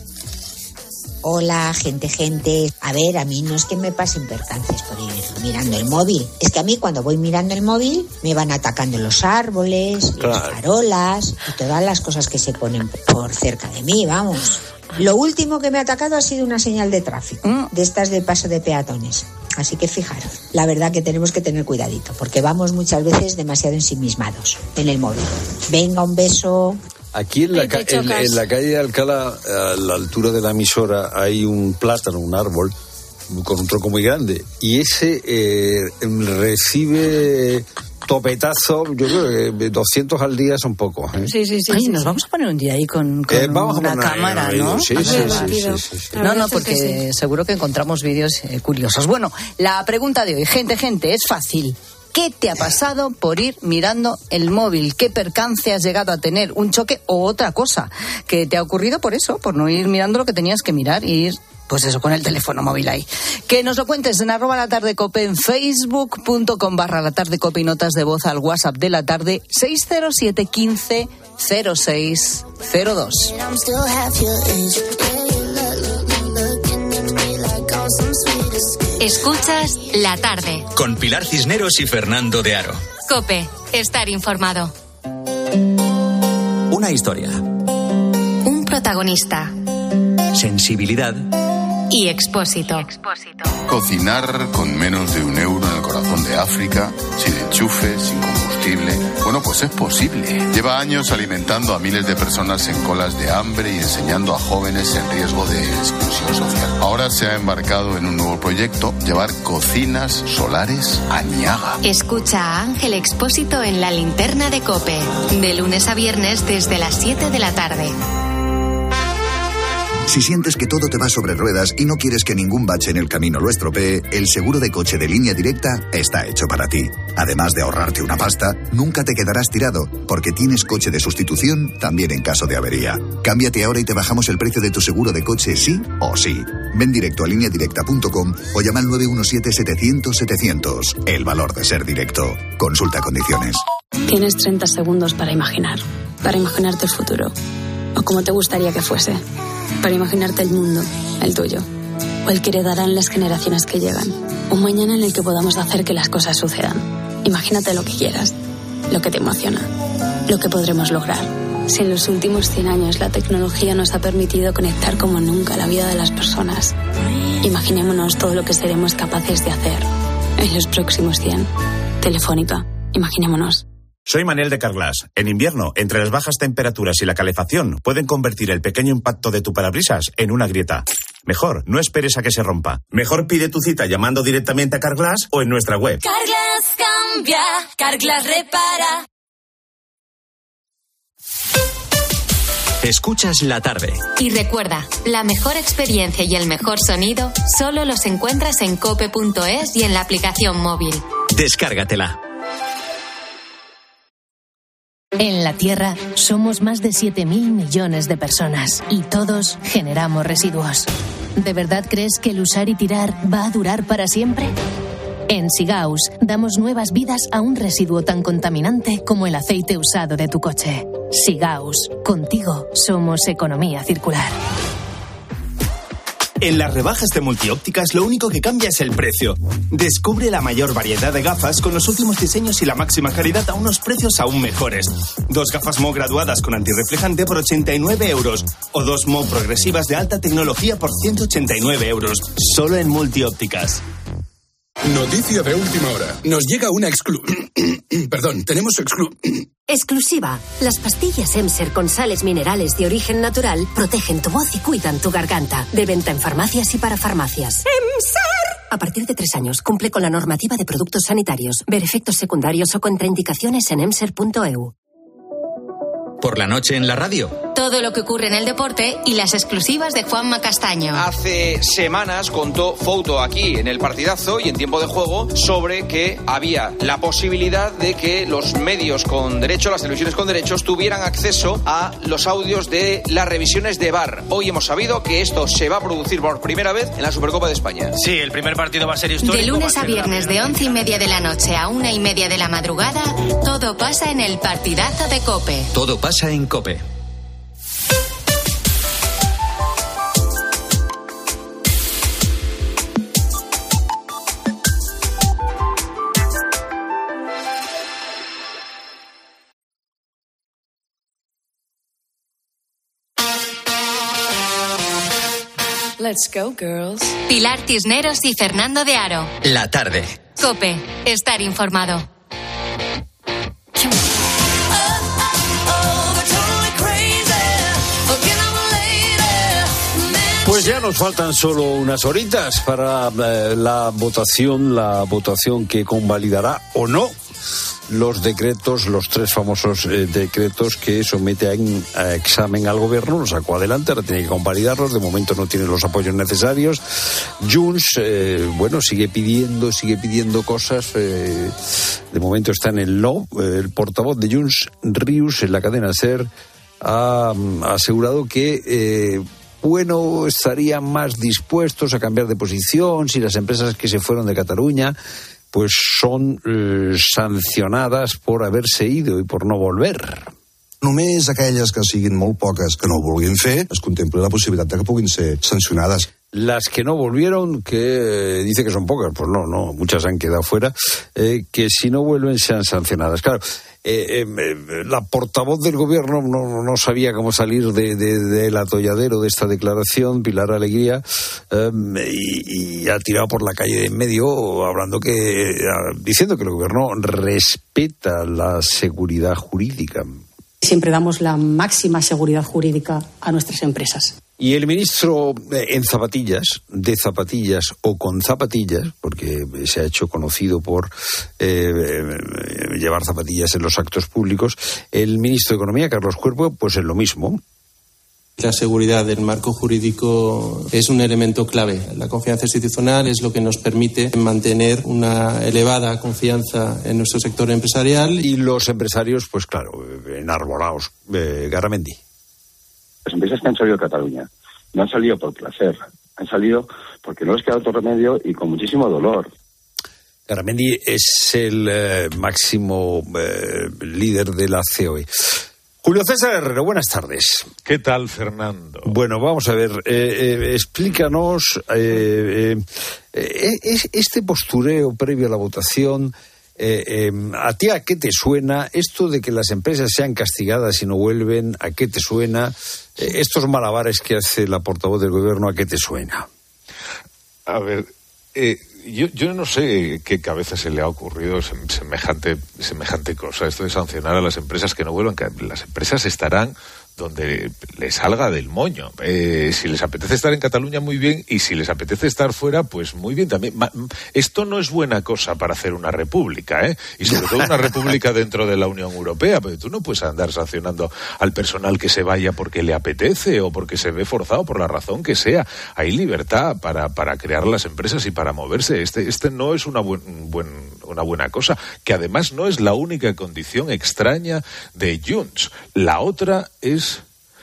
Hola, gente. A ver, a mí no es que me pasen percances por ir mirando el móvil. Es que a mí cuando voy mirando el móvil me van atacando los árboles, las farolas y todas las cosas que se ponen por cerca de mí, vamos. Lo último que me ha atacado ha sido una señal de tráfico, de estas de paso de peatones. Así que fijaros, la verdad que tenemos que tener cuidadito, porque vamos muchas veces demasiado ensimismados en el móvil. Venga, un beso. Aquí en la calle de Alcalá, a la altura de la emisora, hay un plátano, un árbol, con un tronco muy grande. Y ese recibe topetazo, yo creo que 200 al día son pocos. Sí. Ay, nos vamos a poner un día ahí con una cámara, ¿no? Sí. No, porque seguro que encontramos vídeos curiosos. Bueno, la pregunta de hoy, gente, es fácil. ¿Qué te ha pasado por ir mirando el móvil? ¿Qué percance has llegado a tener? ¿Un choque o otra cosa? ¿Que te ha ocurrido por eso? Por no ir mirando lo que tenías que mirar y ir, pues eso, con el teléfono móvil ahí. Que nos lo cuentes en @latardecope, en facebook.com/latardecope y notas de voz al WhatsApp de la tarde 607 15 0602. Escuchas La Tarde. Con Pilar Cisneros y Fernando de Aro. COPE. Estar informado. Una historia. Un protagonista. Sensibilidad. Y Expósito. Cocinar con menos de €1 en el corazón de África, sin enchufe, sin combustible. Bueno, pues es posible. Lleva años alimentando a miles de personas en colas de hambre y enseñando a jóvenes en riesgo de exclusión social. Ahora se ha embarcado en un nuevo proyecto, llevar cocinas solares a Niaga. Escucha a Ángel Expósito en La Linterna de COPE, de lunes a viernes desde las 7 de la tarde. Si sientes que todo te va sobre ruedas y no quieres que ningún bache en el camino lo estropee, el seguro de coche de Línea Directa está hecho para ti. Además de ahorrarte una pasta, nunca te quedarás tirado, porque tienes coche de sustitución también en caso de avería. Cámbiate ahora y te bajamos el precio de tu seguro de coche sí o sí. Ven directo a lineadirecta.com o llama al 917-700-700. El valor de ser directo. Consulta condiciones. Tienes 30 segundos para imaginarte el futuro, o como te gustaría que fuese. Para imaginarte el mundo, el tuyo, o el que heredarán las generaciones que llegan. Un mañana en el que podamos hacer que las cosas sucedan. Imagínate lo que quieras, lo que te emociona, lo que podremos lograr. Si en los últimos 100 años la tecnología nos ha permitido conectar como nunca la vida de las personas, imaginémonos todo lo que seremos capaces de hacer en los próximos 100. Telefónica, Imaginémonos. Soy Manel de Carglass. En invierno, entre las bajas temperaturas y la calefacción, pueden convertir el pequeño impacto de tu parabrisas en una grieta. Mejor, no esperes a que se rompa. Mejor pide tu cita llamando directamente a Carglass o en nuestra web. Carglass cambia, Carglass repara. Escuchas la tarde. Y recuerda, la mejor experiencia y el mejor sonido solo los encuentras en cope.es y en la aplicación móvil. Descárgatela. En la Tierra somos más de 7.000 millones de personas y todos generamos residuos. ¿De verdad crees que el usar y tirar va a durar para siempre? En Sigaus damos nuevas vidas a un residuo tan contaminante como el aceite usado de tu coche. Sigaus, contigo somos economía circular. En las rebajas de Multiópticas lo único que cambia es el precio. Descubre la mayor variedad de gafas con los últimos diseños y la máxima calidad a unos precios aún mejores. 2 gafas Mo graduadas con antirreflejante por 89 euros o 2 Mo progresivas de alta tecnología por 189 euros. Solo en Multiópticas. Noticia de última hora. Nos llega una tenemos exclusiva. Las pastillas Emser con sales minerales de origen natural protegen tu voz y cuidan tu garganta. De venta en farmacias y para farmacias. ¡Emser! A partir de 3 años, cumple con la normativa de productos sanitarios. Ver efectos secundarios o contraindicaciones en emser.eu. Por la noche en la radio. Todo lo que ocurre en el deporte y las exclusivas de Juanma Castaño. Hace semanas contó Fouto aquí en el partidazo y en tiempo de juego sobre que había la posibilidad de que los medios con derecho, las televisiones con derechos, tuvieran acceso a los audios de las revisiones de VAR. Hoy hemos sabido que esto se va a producir por primera vez en la Supercopa de España. Sí, el primer partido va a ser histórico. De lunes a viernes de 11:30 de la noche a 1:30 de la madrugada, todo pasa en el partidazo de COPE. Todo pasa en COPE. Let's go, girls. Pilar Cisneros y Fernando de Aro. La tarde. COPE. Estar informado. Pues ya nos faltan solo unas horitas para la votación que convalidará o no los decretos, los 3 famosos decretos que somete a examen al gobierno. Los sacó adelante, ahora tiene que convalidarlos. De momento no tiene los apoyos necesarios. Junts, sigue pidiendo cosas. De momento está en el no. El portavoz de Junts, Rius, en la cadena SER, ha asegurado que estarían más dispuestos a cambiar de posición si las empresas que se fueron de Cataluña pues son sancionadas por haberse ido y por no volver. Només aquelles que siguin molt poques que no ho vulguin fer, es contempla la possibilitat de que puguin ser sancionades. Las que no volvieron, que dice que son pocas, pues no, muchas han quedado fuera, que si no vuelven sean sancionadas. Claro, la portavoz del gobierno no sabía cómo salir del atolladero de esta declaración, Pilar Alegría, y ha tirado por la calle de en medio diciendo que el gobierno respeta la seguridad jurídica. Siempre damos la máxima seguridad jurídica a nuestras empresas. Y el ministro en zapatillas, de zapatillas o con zapatillas, porque se ha hecho conocido por llevar zapatillas en los actos públicos, el ministro de Economía, Carlos Cuerpo, pues es lo mismo. La seguridad del marco jurídico es un elemento clave. La confianza institucional es lo que nos permite mantener una elevada confianza en nuestro sector empresarial. Y los empresarios, pues claro, enarbolados. Garamendi. Las empresas que han salido de Cataluña no han salido por placer, han salido porque no les queda otro remedio y con muchísimo dolor. Garamendi es el máximo líder de la COE. Julio César Herrero, buenas tardes. ¿Qué tal, Fernando? Bueno, vamos a ver, explícanos este postureo previo a la votación. ¿A ti a qué te suena esto de que las empresas sean castigadas y no vuelven? ¿A qué te suena? Estos malabares que hace la portavoz del gobierno, ¿a qué te suena? A ver, Yo no sé qué cabeza se le ha ocurrido semejante cosa, esto de sancionar a las empresas que no vuelvan, que las empresas estarán donde les salga del moño. Si les apetece estar en Cataluña, muy bien, y si les apetece estar fuera, pues muy bien también. Esto no es buena cosa para hacer una república, y sobre todo una república dentro de la Unión Europea, porque tú no puedes andar sancionando al personal que se vaya porque le apetece o porque se ve forzado por la razón que sea. Hay libertad para crear las empresas y para moverse. Este no es una buena cosa, que además no es la única condición extraña de Junts. La otra es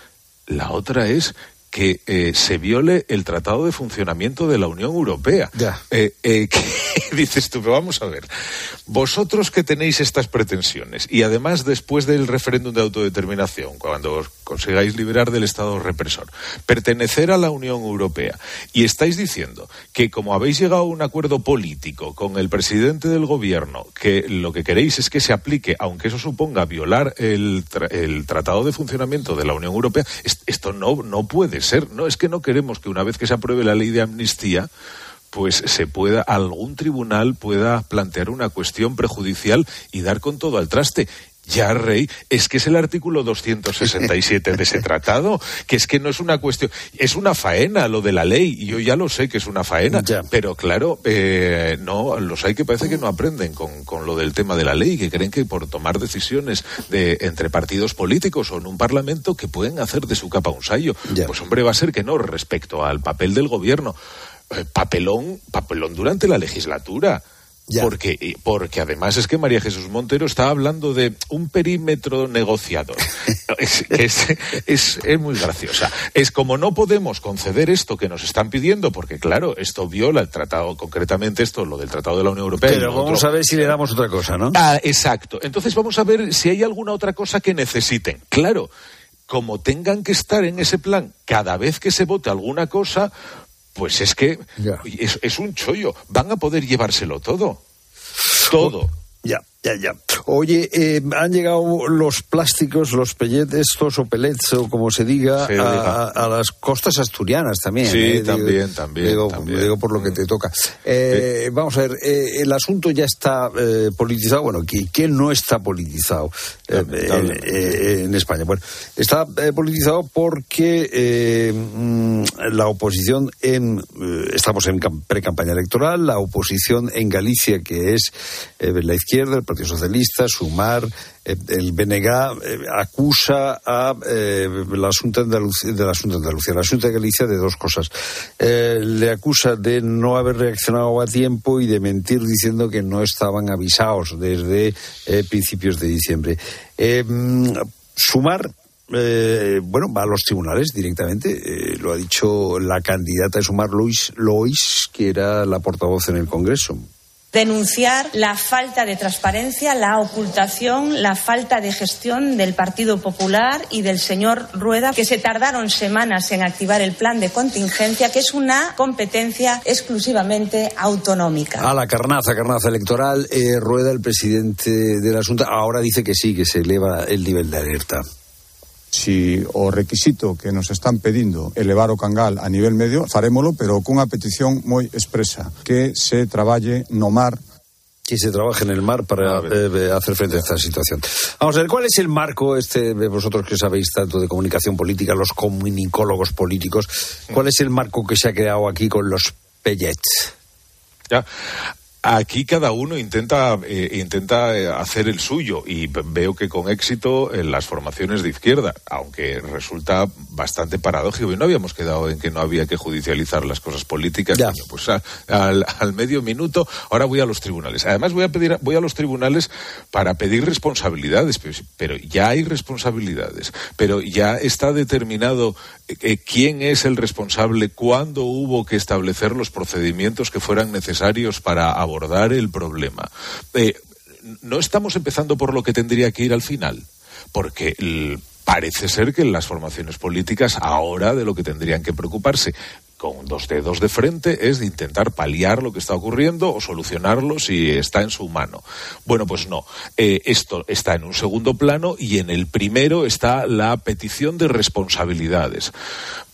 que se viole el Tratado de Funcionamiento de la Unión Europea. ¿Qué dices tú? Pero vamos a ver. Vosotros que tenéis estas pretensiones, y además después del referéndum de autodeterminación, cuando os consigáis liberar del Estado represor, pertenecer a la Unión Europea, y estáis diciendo que como habéis llegado a un acuerdo político con el presidente del gobierno, que lo que queréis es que se aplique, aunque eso suponga violar el Tratado de Funcionamiento de la Unión Europea, esto no puede ser. No, es que no queremos que una vez que se apruebe la ley de amnistía, pues algún tribunal pueda plantear una cuestión prejudicial y dar con todo al traste. Ya, Rey, es que es el artículo 267 de ese tratado, que es que no es una cuestión, es una faena lo de la ley, y yo ya lo sé que es una faena, pero claro, no, los hay que parece que no aprenden con lo del tema de la ley, que creen que por tomar decisiones entre partidos políticos o en un parlamento que pueden hacer de su capa un sayo. Pues hombre, va a ser que no, respecto al papel del gobierno. Papelón durante la legislatura. Porque además es que María Jesús Montero está hablando de un perímetro negociador. Es muy graciosa. Es como no podemos conceder esto que nos están pidiendo, porque claro, esto viola el tratado, concretamente lo del Tratado de la Unión Europea. Pero vamos a ver si le damos otra cosa, ¿no? Exacto. Entonces vamos a ver si hay alguna otra cosa que necesiten. Claro, como tengan que estar en ese plan cada vez que se vote alguna cosa, pues es que es un chollo. Van a poder llevárselo todo. Todo. Ya. Oye, han llegado los plásticos, los pellets o pellets, o como se diga, a las costas asturianas también. Sí, también. Digo por lo que te toca. Vamos a ver, el asunto ya está politizado. Bueno, ¿quién no está politizado en España? Bueno, está politizado porque la oposición estamos en pre-campaña electoral, la oposición en Galicia, que es la izquierda, el Partido Socialista, Sumar, el BNG, acusa a la Xunta de Andalucía, la Xunta de Galicia, de dos cosas. Le acusa de no haber reaccionado a tiempo y de mentir diciendo que no estaban avisados desde principios de diciembre. Sumar va a los tribunales directamente, lo ha dicho la candidata de Sumar, Lois, que era la portavoz en el Congreso. Denunciar la falta de transparencia, la ocultación, la falta de gestión del Partido Popular y del señor Rueda, que se tardaron semanas en activar el plan de contingencia, que es una competencia exclusivamente autonómica. A la carnaza electoral, Rueda, el presidente de la Xunta, ahora dice que sí, que se eleva el nivel de alerta. Si o requisito que nos están pedindo elevar o cangal a nivel medio, farémolo, pero cunha petición moi expresa, que se traballe no mar. Que se trabaje en el mar para hacer frente a esta situación. Vamos a ver, ¿cuál es el marco, vosotros que sabéis tanto de comunicación política, los comunicólogos políticos, cuál es el marco que se ha creado aquí con los pellets? Aquí cada uno intenta hacer el suyo, y veo que con éxito en las formaciones de izquierda, aunque resulta bastante paradójico. Y no habíamos quedado en que no había que judicializar las cosas políticas. Pues al medio minuto, ahora voy a los tribunales. Además voy a los tribunales para pedir responsabilidades, pero ya hay responsabilidades, pero ya está determinado quién es el responsable, cuándo hubo que establecer los procedimientos que fueran necesarios para abordar el problema. No estamos empezando por lo que tendría que ir al final, porque parece ser que las formaciones políticas ahora de lo que tendrían que preocuparse con dos dedos de frente es de intentar paliar lo que está ocurriendo o solucionarlo si está en su mano. Bueno, pues no. Esto está en un segundo plano, y en el primero está la petición de responsabilidades.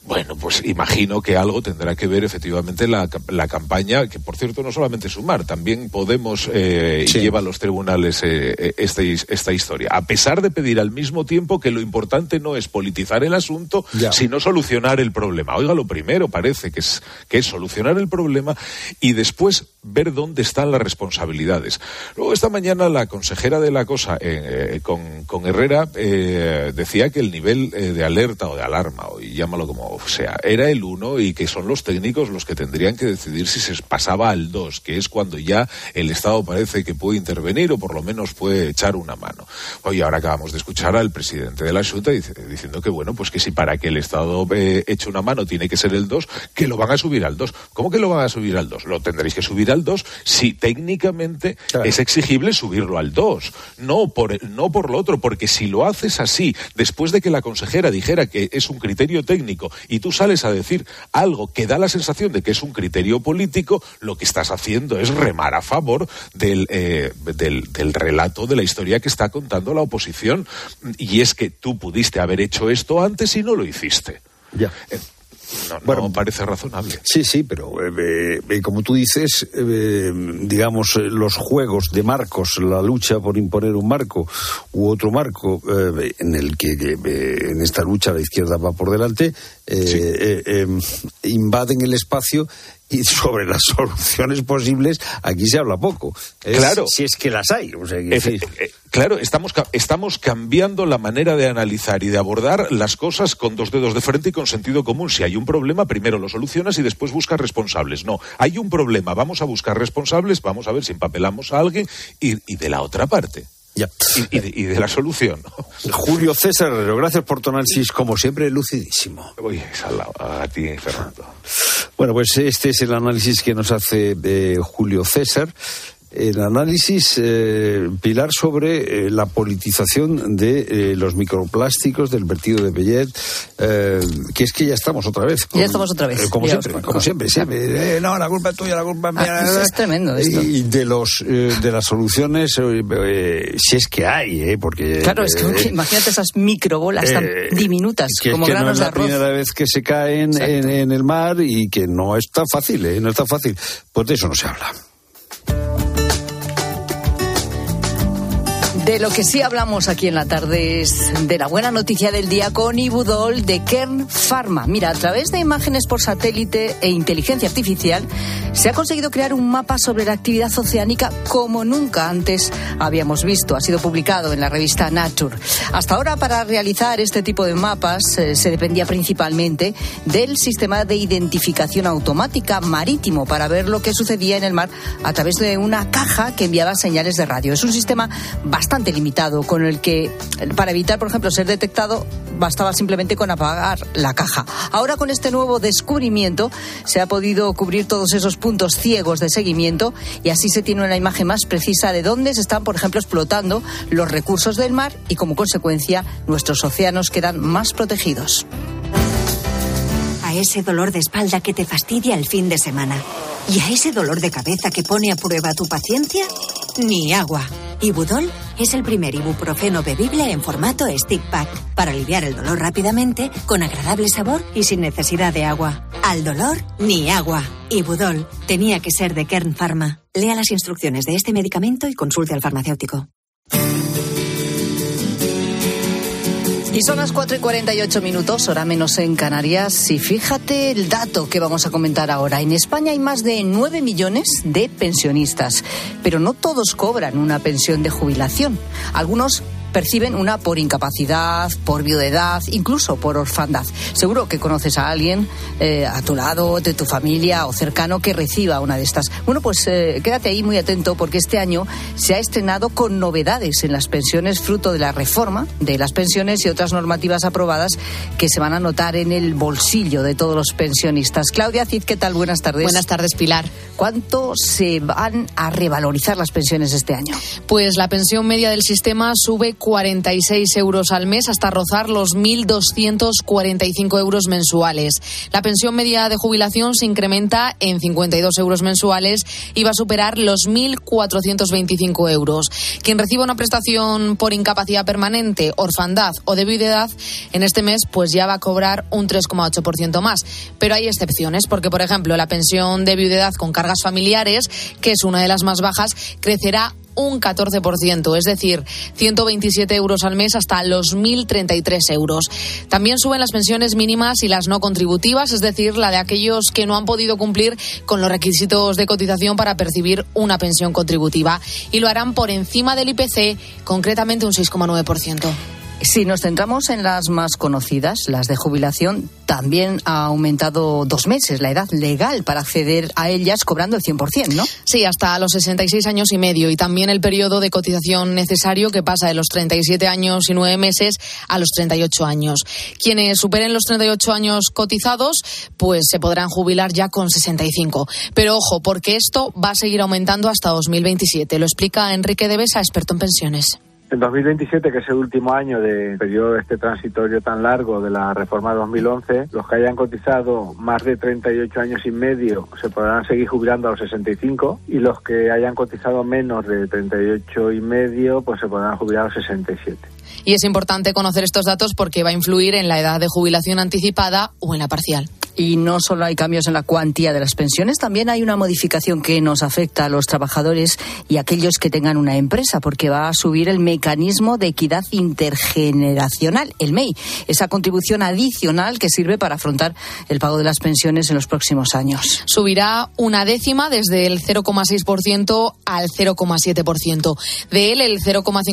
Bueno, pues imagino que algo tendrá que ver efectivamente la campaña, que por cierto no solamente Sumar, también Podemos lleva a los tribunales esta historia. A pesar de pedir al mismo tiempo que lo importante no es politizar el asunto, sino solucionar el problema. Oiga, lo primero parece que es solucionar el problema y después ver dónde están las responsabilidades. Luego esta mañana la consejera de la cosa con Herrera decía que el nivel de alerta o de alarma, o llámalo como sea, era el 1 y que son los técnicos los que tendrían que decidir si se pasaba al 2, que es cuando ya el Estado parece que puede intervenir o por lo menos puede echar una mano. Oye, ahora acabamos de escuchar al presidente de la Xunta diciendo que bueno, pues que si para que el Estado eche una mano tiene que ser el 2, que lo van a subir al 2. ¿Cómo que lo van a subir al 2? Lo tendréis que subir al 2 si técnicamente es exigible subirlo al 2. No por lo otro, porque si lo haces así, después de que la consejera dijera que es un criterio técnico y tú sales a decir algo que da la sensación de que es un criterio político, lo que estás haciendo es remar a favor del relato de la historia que está contando la oposición. Y es que tú pudiste haber hecho esto antes y no lo hiciste. Ya. No parece razonable. Sí, pero como tú dices, digamos, los juegos de marcos, la lucha por imponer un marco u otro marco, en el que en esta lucha la izquierda va por delante, invaden el espacio. Y sobre las soluciones posibles, aquí se habla poco. Claro. Si es que las hay. O sea, claro, estamos cambiando la manera de analizar y de abordar las cosas con dos dedos de frente y con sentido común. Si hay un problema, primero lo solucionas y después buscas responsables. No, hay un problema, vamos a buscar responsables, vamos a ver si empapelamos a alguien y de la otra parte. Ya. Y de la solución, ¿no? Julio César Herrero, gracias por tu análisis, como siempre, lucidísimo. Uy, a ti, Fernando. Bueno, pues este es el análisis que nos hace Julio César. El análisis, Pilar, sobre la politización de los microplásticos, del vertido de Bellet, que es que ya estamos otra vez. Ya estamos otra vez. Como siempre. No, la culpa es tuya, la culpa es mía. Es tremendo esto. Y de las soluciones, si es que hay, porque... Claro, es que imagínate esas microbolas tan diminutas, como granos de arroz. No es la primera vez que se caen en el mar y que no es tan fácil, no es tan fácil. Pues de eso no se habla. De lo que sí hablamos aquí en la tarde es de la buena noticia del día con Ibudol de Kern Pharma. Mira, a través de imágenes por satélite e inteligencia artificial se ha conseguido crear un mapa sobre la actividad oceánica como nunca antes habíamos visto. Ha sido publicado en la revista Nature. Hasta ahora, para realizar este tipo de mapas se dependía principalmente del sistema de identificación automática marítimo para ver lo que sucedía en el mar a través de una caja que enviaba señales de radio. Es un sistema bastante limitado, con el que, para evitar, por ejemplo, ser detectado, bastaba simplemente con apagar la caja. Ahora, con este nuevo descubrimiento, se ha podido cubrir todos esos puntos ciegos de seguimiento y así se tiene una imagen más precisa de dónde se están, por ejemplo, explotando los recursos del mar y, como consecuencia, nuestros océanos quedan más protegidos. A ese dolor de espalda que te fastidia el fin de semana y a ese dolor de cabeza que pone a prueba tu paciencia, ni agua. Ibudol es el primer ibuprofeno bebible en formato stick pack para aliviar el dolor rápidamente, con agradable sabor y sin necesidad de agua. Al dolor, ni agua. Ibudol tenía que ser de Kern Pharma. Lea las instrucciones de este medicamento y consulte al farmacéutico. Y son las 4:48, hora menos en Canarias. Y fíjate el dato que vamos a comentar ahora. En España hay más de 9 millones de pensionistas, pero no todos cobran una pensión de jubilación. Algunos perciben una por incapacidad, por viudedad, incluso por orfandad. Seguro que conoces a alguien a tu lado, de tu familia o cercano, que reciba una de estas. Bueno, pues quédate ahí muy atento, porque este año se ha estrenado con novedades en las pensiones, fruto de la reforma de las pensiones y otras normativas aprobadas que se van a notar en el bolsillo de todos los pensionistas. Claudia Cid, ¿qué tal? Buenas tardes. Buenas tardes, Pilar. ¿Cuánto se van a revalorizar las pensiones este año? Pues la pensión media del sistema sube 46 euros al mes hasta rozar los 1.245 euros mensuales. La pensión media de jubilación se incrementa en 52 euros mensuales y va a superar los 1.425 euros. Quien reciba una prestación por incapacidad permanente, orfandad o de viudedad en este mes, pues ya va a cobrar un 3,8% más. Pero hay excepciones, porque por ejemplo la pensión de viudedad con cargas familiares, que es una de las más bajas, crecerá un 14%, es decir, 127 euros al mes hasta los 1.033 euros. También suben las pensiones mínimas y las no contributivas, es decir, la de aquellos que no han podido cumplir con los requisitos de cotización para percibir una pensión contributiva, y lo harán por encima del IPC, concretamente un 6,9%. Si nos centramos en las más conocidas, las de jubilación, también ha aumentado 2 meses la edad legal para acceder a ellas, cobrando el 100%, ¿no? Sí, hasta los 66 años y medio, y también el periodo de cotización necesario, que pasa de los 37 años y 9 meses a los 38 años. Quienes superen los 38 años cotizados, pues se podrán jubilar ya con 65. Pero ojo, porque esto va a seguir aumentando hasta 2027. Lo explica Enrique de Besa, experto en pensiones. En 2027, que es el último año del periodo transitorio tan largo de la reforma de 2011, los que hayan cotizado más de 38 años y medio se podrán seguir jubilando a los 65, y los que hayan cotizado menos de 38 y medio pues se podrán jubilar a los 67. Y es importante conocer estos datos porque va a influir en la edad de jubilación anticipada o en la parcial. Y no solo hay cambios en la cuantía de las pensiones, también hay una modificación que nos afecta a los trabajadores y a aquellos que tengan una empresa, porque va a subir el mecanismo de equidad intergeneracional, el MEI, esa contribución adicional que sirve para afrontar el pago de las pensiones en los próximos años. Subirá una décima, desde el 0,6% al 0,7%. De él, el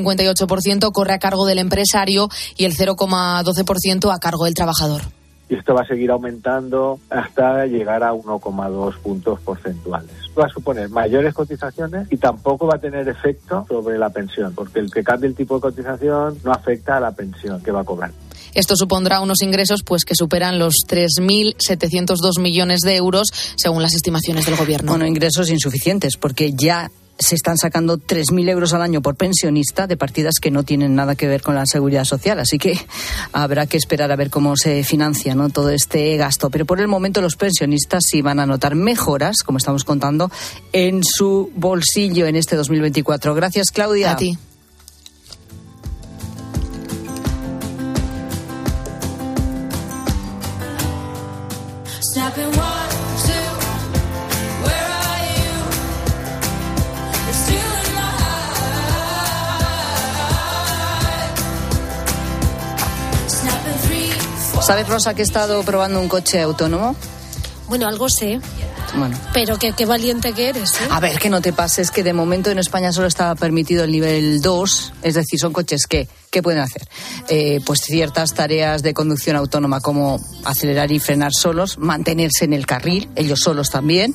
0,58% corre a cargo del empresario y el 0,12% a cargo del trabajador. Y esto va a seguir aumentando hasta llegar a 1,2 puntos porcentuales. Va a suponer mayores cotizaciones y tampoco va a tener efecto sobre la pensión, porque el que cambie el tipo de cotización no afecta a la pensión que va a cobrar. Esto supondrá unos ingresos pues que superan los 3.702 millones de euros, según las estimaciones del Gobierno. Bueno, ingresos insuficientes, porque ya se están sacando 3.000 euros al año por pensionista de partidas que no tienen nada que ver con la seguridad social. Así que habrá que esperar a ver cómo se financia, ¿no?, todo este gasto. Pero por el momento los pensionistas sí van a notar mejoras, como estamos contando, en su bolsillo en este 2024. Gracias, Claudia. A ti. ¿Sabes, Rosa, que he estado probando un coche autónomo? Bueno, algo sé. Bueno. Pero qué valiente que eres, ¿eh? A ver, que no te pases, que de momento en España solo estaba permitido el nivel 2, es decir, son coches que pueden hacer pues ciertas tareas de conducción autónoma, como acelerar y frenar solos, mantenerse en el carril, ellos solos también.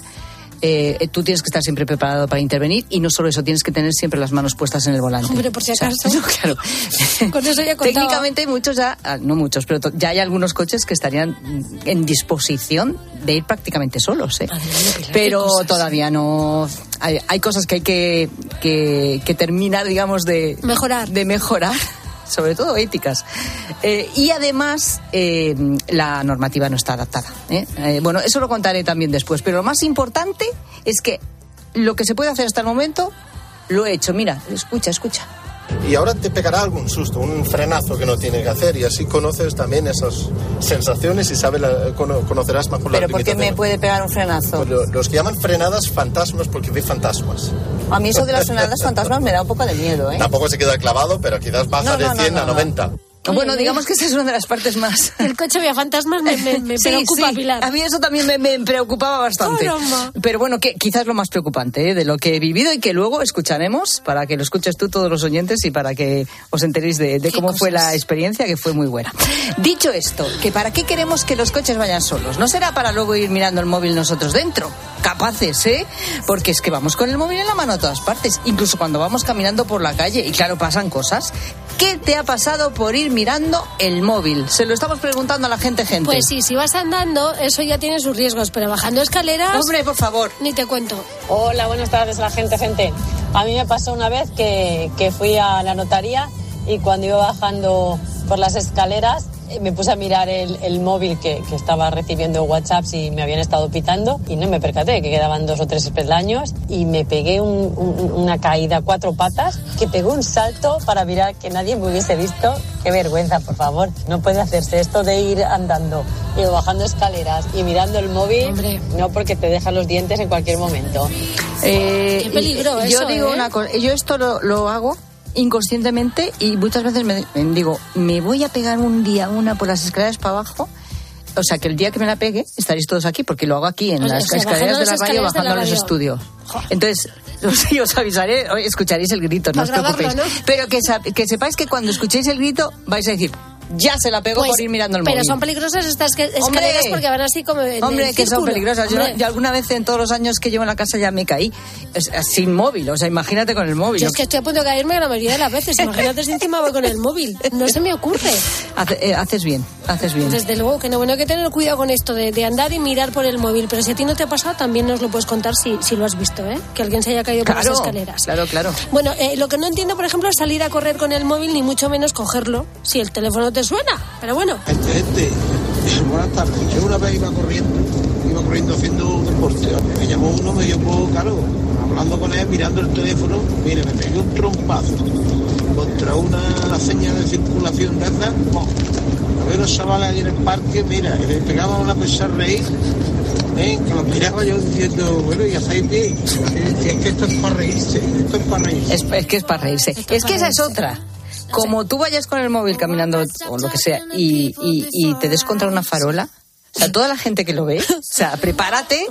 Tú tienes que estar siempre preparado para intervenir, y no solo eso, tienes que tener siempre las manos puestas en el volante. Hombre, por si acaso. O sea, no, claro. Con eso ya contaba. Técnicamente hay muchos ya, no muchos, pero ya hay algunos coches que estarían en disposición de ir prácticamente solos, ¿eh? Pero todavía no. Hay cosas que hay que terminar, digamos, de mejorar. Sobre todo éticas. Y además, la normativa no está adaptada. Bueno, eso lo contaré también después. Pero lo más importante es que lo que se puede hacer hasta el momento, lo he hecho. Mira, escucha. Y ahora te pegará algún susto, un frenazo que no tiene que hacer, y así conoces también esas sensaciones y conocerás mejor la limitación. ¿Pero por qué me puede pegar un frenazo? Pues los que llaman frenadas fantasmas, porque ve fantasmas. A mí eso de las frenadas fantasmas me da un poco de miedo, ¿eh? Tampoco se queda clavado, pero quizás baja de 100 a 90. Bueno, digamos que esa es una de las partes más. El coche vía fantasmas me preocupa, sí. Pilar. A mí eso también me preocupaba bastante. Caramba. Pero bueno, que quizás lo más preocupante, de lo que he vivido y que luego escucharemos, para que lo escuches tú, todos los oyentes, y para que os enteréis de cómo fue la experiencia, que fue muy buena. Dicho esto, que ¿para qué queremos que los coches vayan solos? ¿No será para luego ir mirando el móvil nosotros dentro? Capaces, ¿eh? Porque es que vamos con el móvil en la mano a todas partes, incluso cuando vamos caminando por la calle, y claro, pasan cosas. ¿Qué te ha pasado por ir mirando el móvil? Se lo estamos preguntando a la gente. Pues sí, si vas andando, eso ya tiene sus riesgos, pero bajando escaleras... Hombre, por favor. Ni te cuento. Hola, buenas tardes, la gente. A mí me pasó una vez que fui a la notaría y cuando iba bajando por las escaleras me puse a mirar el móvil que estaba recibiendo WhatsApps y me habían estado pitando y no me percaté que quedaban 2 o 3 peldaños y me pegué una caída a 4 patas, que pegó un salto para mirar que nadie me hubiese visto. Qué vergüenza, por favor. No puede hacerse esto de ir andando y bajando escaleras y mirando el móvil. Hombre. No, porque te dejan los dientes en cualquier momento. Qué peligro eso, yo digo una cosa, yo esto lo hago inconscientemente y muchas veces me digo, me voy a pegar un día una por las escaleras para abajo, o sea que el día que me la pegue estaréis todos aquí, porque lo hago aquí en las escaleras de la radio, bajando a los estudios. Entonces os avisaré, escucharéis el grito, no os preocupéis, ¿no? Pero que sepáis que cuando escuchéis el grito vais a decir, ya se la pegó por ir mirando el móvil. Pero son peligrosas estas escaleras porque van así como en Hombre, que círculo. son peligrosas. Yo alguna vez en todos los años que llevo en la casa ya me caí sin móvil, o sea, imagínate con el móvil. Yo es que estoy a punto de caerme la mayoría de las veces. Imagínate si encima voy con el móvil. No se me ocurre. Haces bien. Desde luego que no, bueno, hay que tener cuidado con esto de andar y mirar por el móvil. Pero si a ti no te ha pasado, también nos lo puedes contar si lo has visto, ¿eh? Que alguien se haya caído por las escaleras. Claro. Bueno, lo que no entiendo, por ejemplo, es salir a correr con el móvil, ni mucho menos cogerlo si el teléfono te suena. Pero bueno. Buenas tardes. Yo una vez iba corriendo haciendo deporte. Me llamó uno, me llamó, claro, hablando con él, mirando el teléfono. Mire, me pegué un trompazo contra una señal de circulación de esas. A ver, los chavales ahí en el parque, mira, y le pegaban una pesar reír. Que lo miraba yo diciendo, bueno, y hacéis bien. Es que esto es para reírse. Es que es para reírse. Es que esa es otra. Como tú vayas con el móvil caminando o lo que sea y te des contra una farola, o sea, toda la gente que lo ve, o sea, prepárate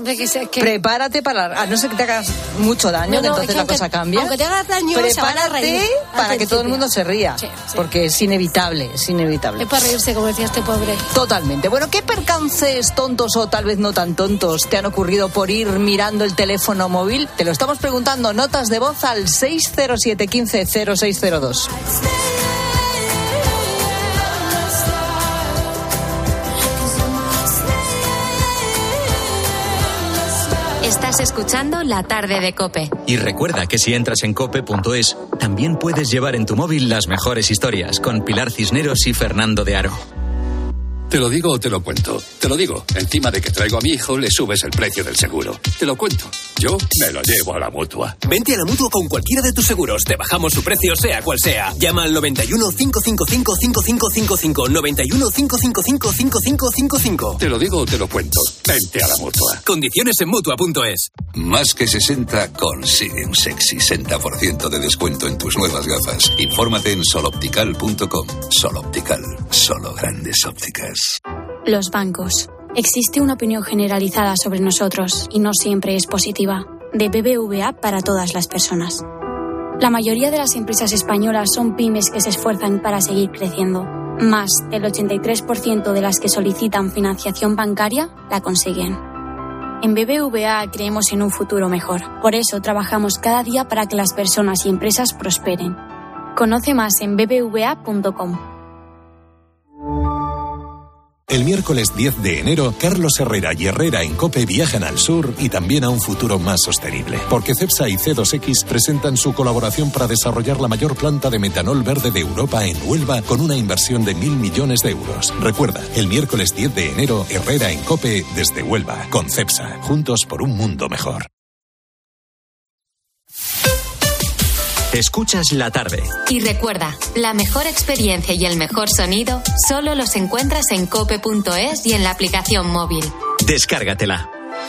para, a no ser que te hagas mucho daño, que entonces la cosa cambia. Aunque te hagas daño, se van a reír para que todo el mundo se ría, porque es inevitable. Es para reírse, como decía este pobre. Totalmente. Bueno, ¿qué percances tontos o tal vez no tan tontos te han ocurrido por ir mirando el teléfono móvil? Te lo estamos preguntando, notas de voz al 607 15 0602. Estás escuchando La Tarde de COPE. Y recuerda que si entras en cope.es, también puedes llevar en tu móvil las mejores historias con Pilar Cisneros y Fernando de Aro. ¿Te lo digo o te lo cuento? Te lo digo. Encima de que traigo a mi hijo, le subes el precio del seguro. Te lo cuento. Yo me lo llevo a la Mutua. Vente a la Mutua con cualquiera de tus seguros. Te bajamos su precio, sea cual sea. Llama al 91 555 5555. 91 555 5555. Te lo digo o te lo cuento. Vente a la Mutua. Condiciones en Mutua.es. Más que 60 consigue un sexy 60% de descuento en tus nuevas gafas. Infórmate en soloptical.com. Soloptical. Solo grandes ópticas. Los bancos. Existe una opinión generalizada sobre nosotros y no siempre es positiva. De BBVA para todas las personas. La mayoría de las empresas españolas son pymes que se esfuerzan para seguir creciendo. Más del 83% de las que solicitan financiación bancaria la consiguen. En BBVA creemos en un futuro mejor. Por eso trabajamos cada día para que las personas y empresas prosperen. Conoce más en bbva.com. El miércoles 10 de enero, Carlos Herrera y Herrera en COPE viajan al sur y también a un futuro más sostenible. Porque Cepsa y C2X presentan su colaboración para desarrollar la mayor planta de metanol verde de Europa en Huelva con una inversión de 1.000 millones de euros. Recuerda, el miércoles 10 de enero, Herrera en COPE desde Huelva, con Cepsa. Juntos por un mundo mejor. Escuchas La Tarde. Y recuerda, la mejor experiencia y el mejor sonido solo los encuentras en cope.es y en la aplicación móvil. Descárgatela.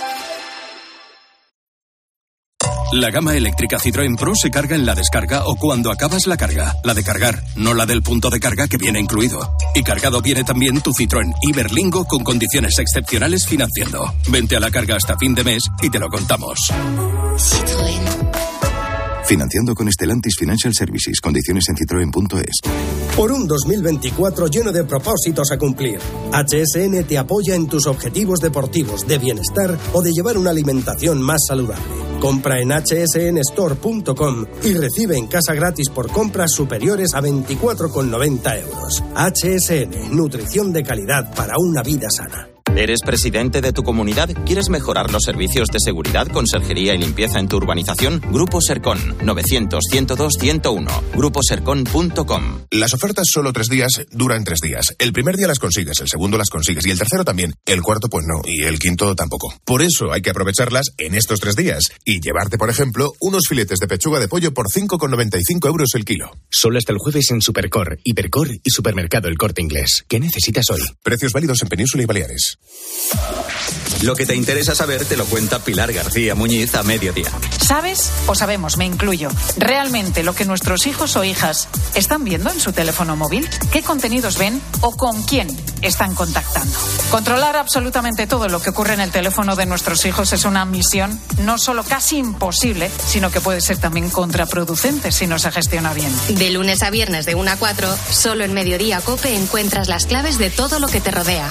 La gama eléctrica Citroën Pro se carga en la descarga o cuando acabas la carga. La de cargar, no la del punto de carga que viene incluido. Y cargado viene también tu Citroën Iberlingo con condiciones excepcionales financiando. Vente a la carga hasta fin de mes y te lo contamos. Citroën. Financiando con Stellantis Financial Services. Condiciones en citroen.es. Por un 2024 lleno de propósitos a cumplir, HSN te apoya en tus objetivos deportivos, de bienestar o de llevar una alimentación más saludable. Compra en hsnstore.com y recibe en casa gratis por compras superiores a 24,90 euros. HSN, nutrición de calidad para una vida sana. ¿Eres presidente de tu comunidad? ¿Quieres mejorar los servicios de seguridad, conserjería y limpieza en tu urbanización? Grupo Sercon, 900-102-101. Gruposercon.com. Las ofertas solo 3 días duran 3 días. El primer día las consigues, el segundo las consigues y el tercero también. El cuarto pues no y el quinto tampoco. Por eso hay que aprovecharlas en estos 3 días y llevarte, por ejemplo, unos filetes de pechuga de pollo por 5,95 € el kilo. Solo hasta el jueves en Supercor, Hipercor y Supermercado El Corte Inglés. ¿Qué necesitas hoy? Precios válidos en Península y Baleares. Lo que te interesa saber te lo cuenta Pilar García Muñiz a mediodía. ¿Sabes o sabemos, me incluyo, realmente lo que nuestros hijos o hijas están viendo en su teléfono móvil? ¿Qué contenidos ven o con quién están contactando? Controlar absolutamente todo lo que ocurre en el teléfono de nuestros hijos es una misión no solo casi imposible, sino que puede ser también contraproducente si no se gestiona bien. De lunes a viernes de 1 a 4, solo en Mediodía COPE encuentras las claves de todo lo que te rodea.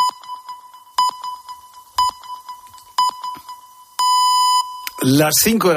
Las 5 de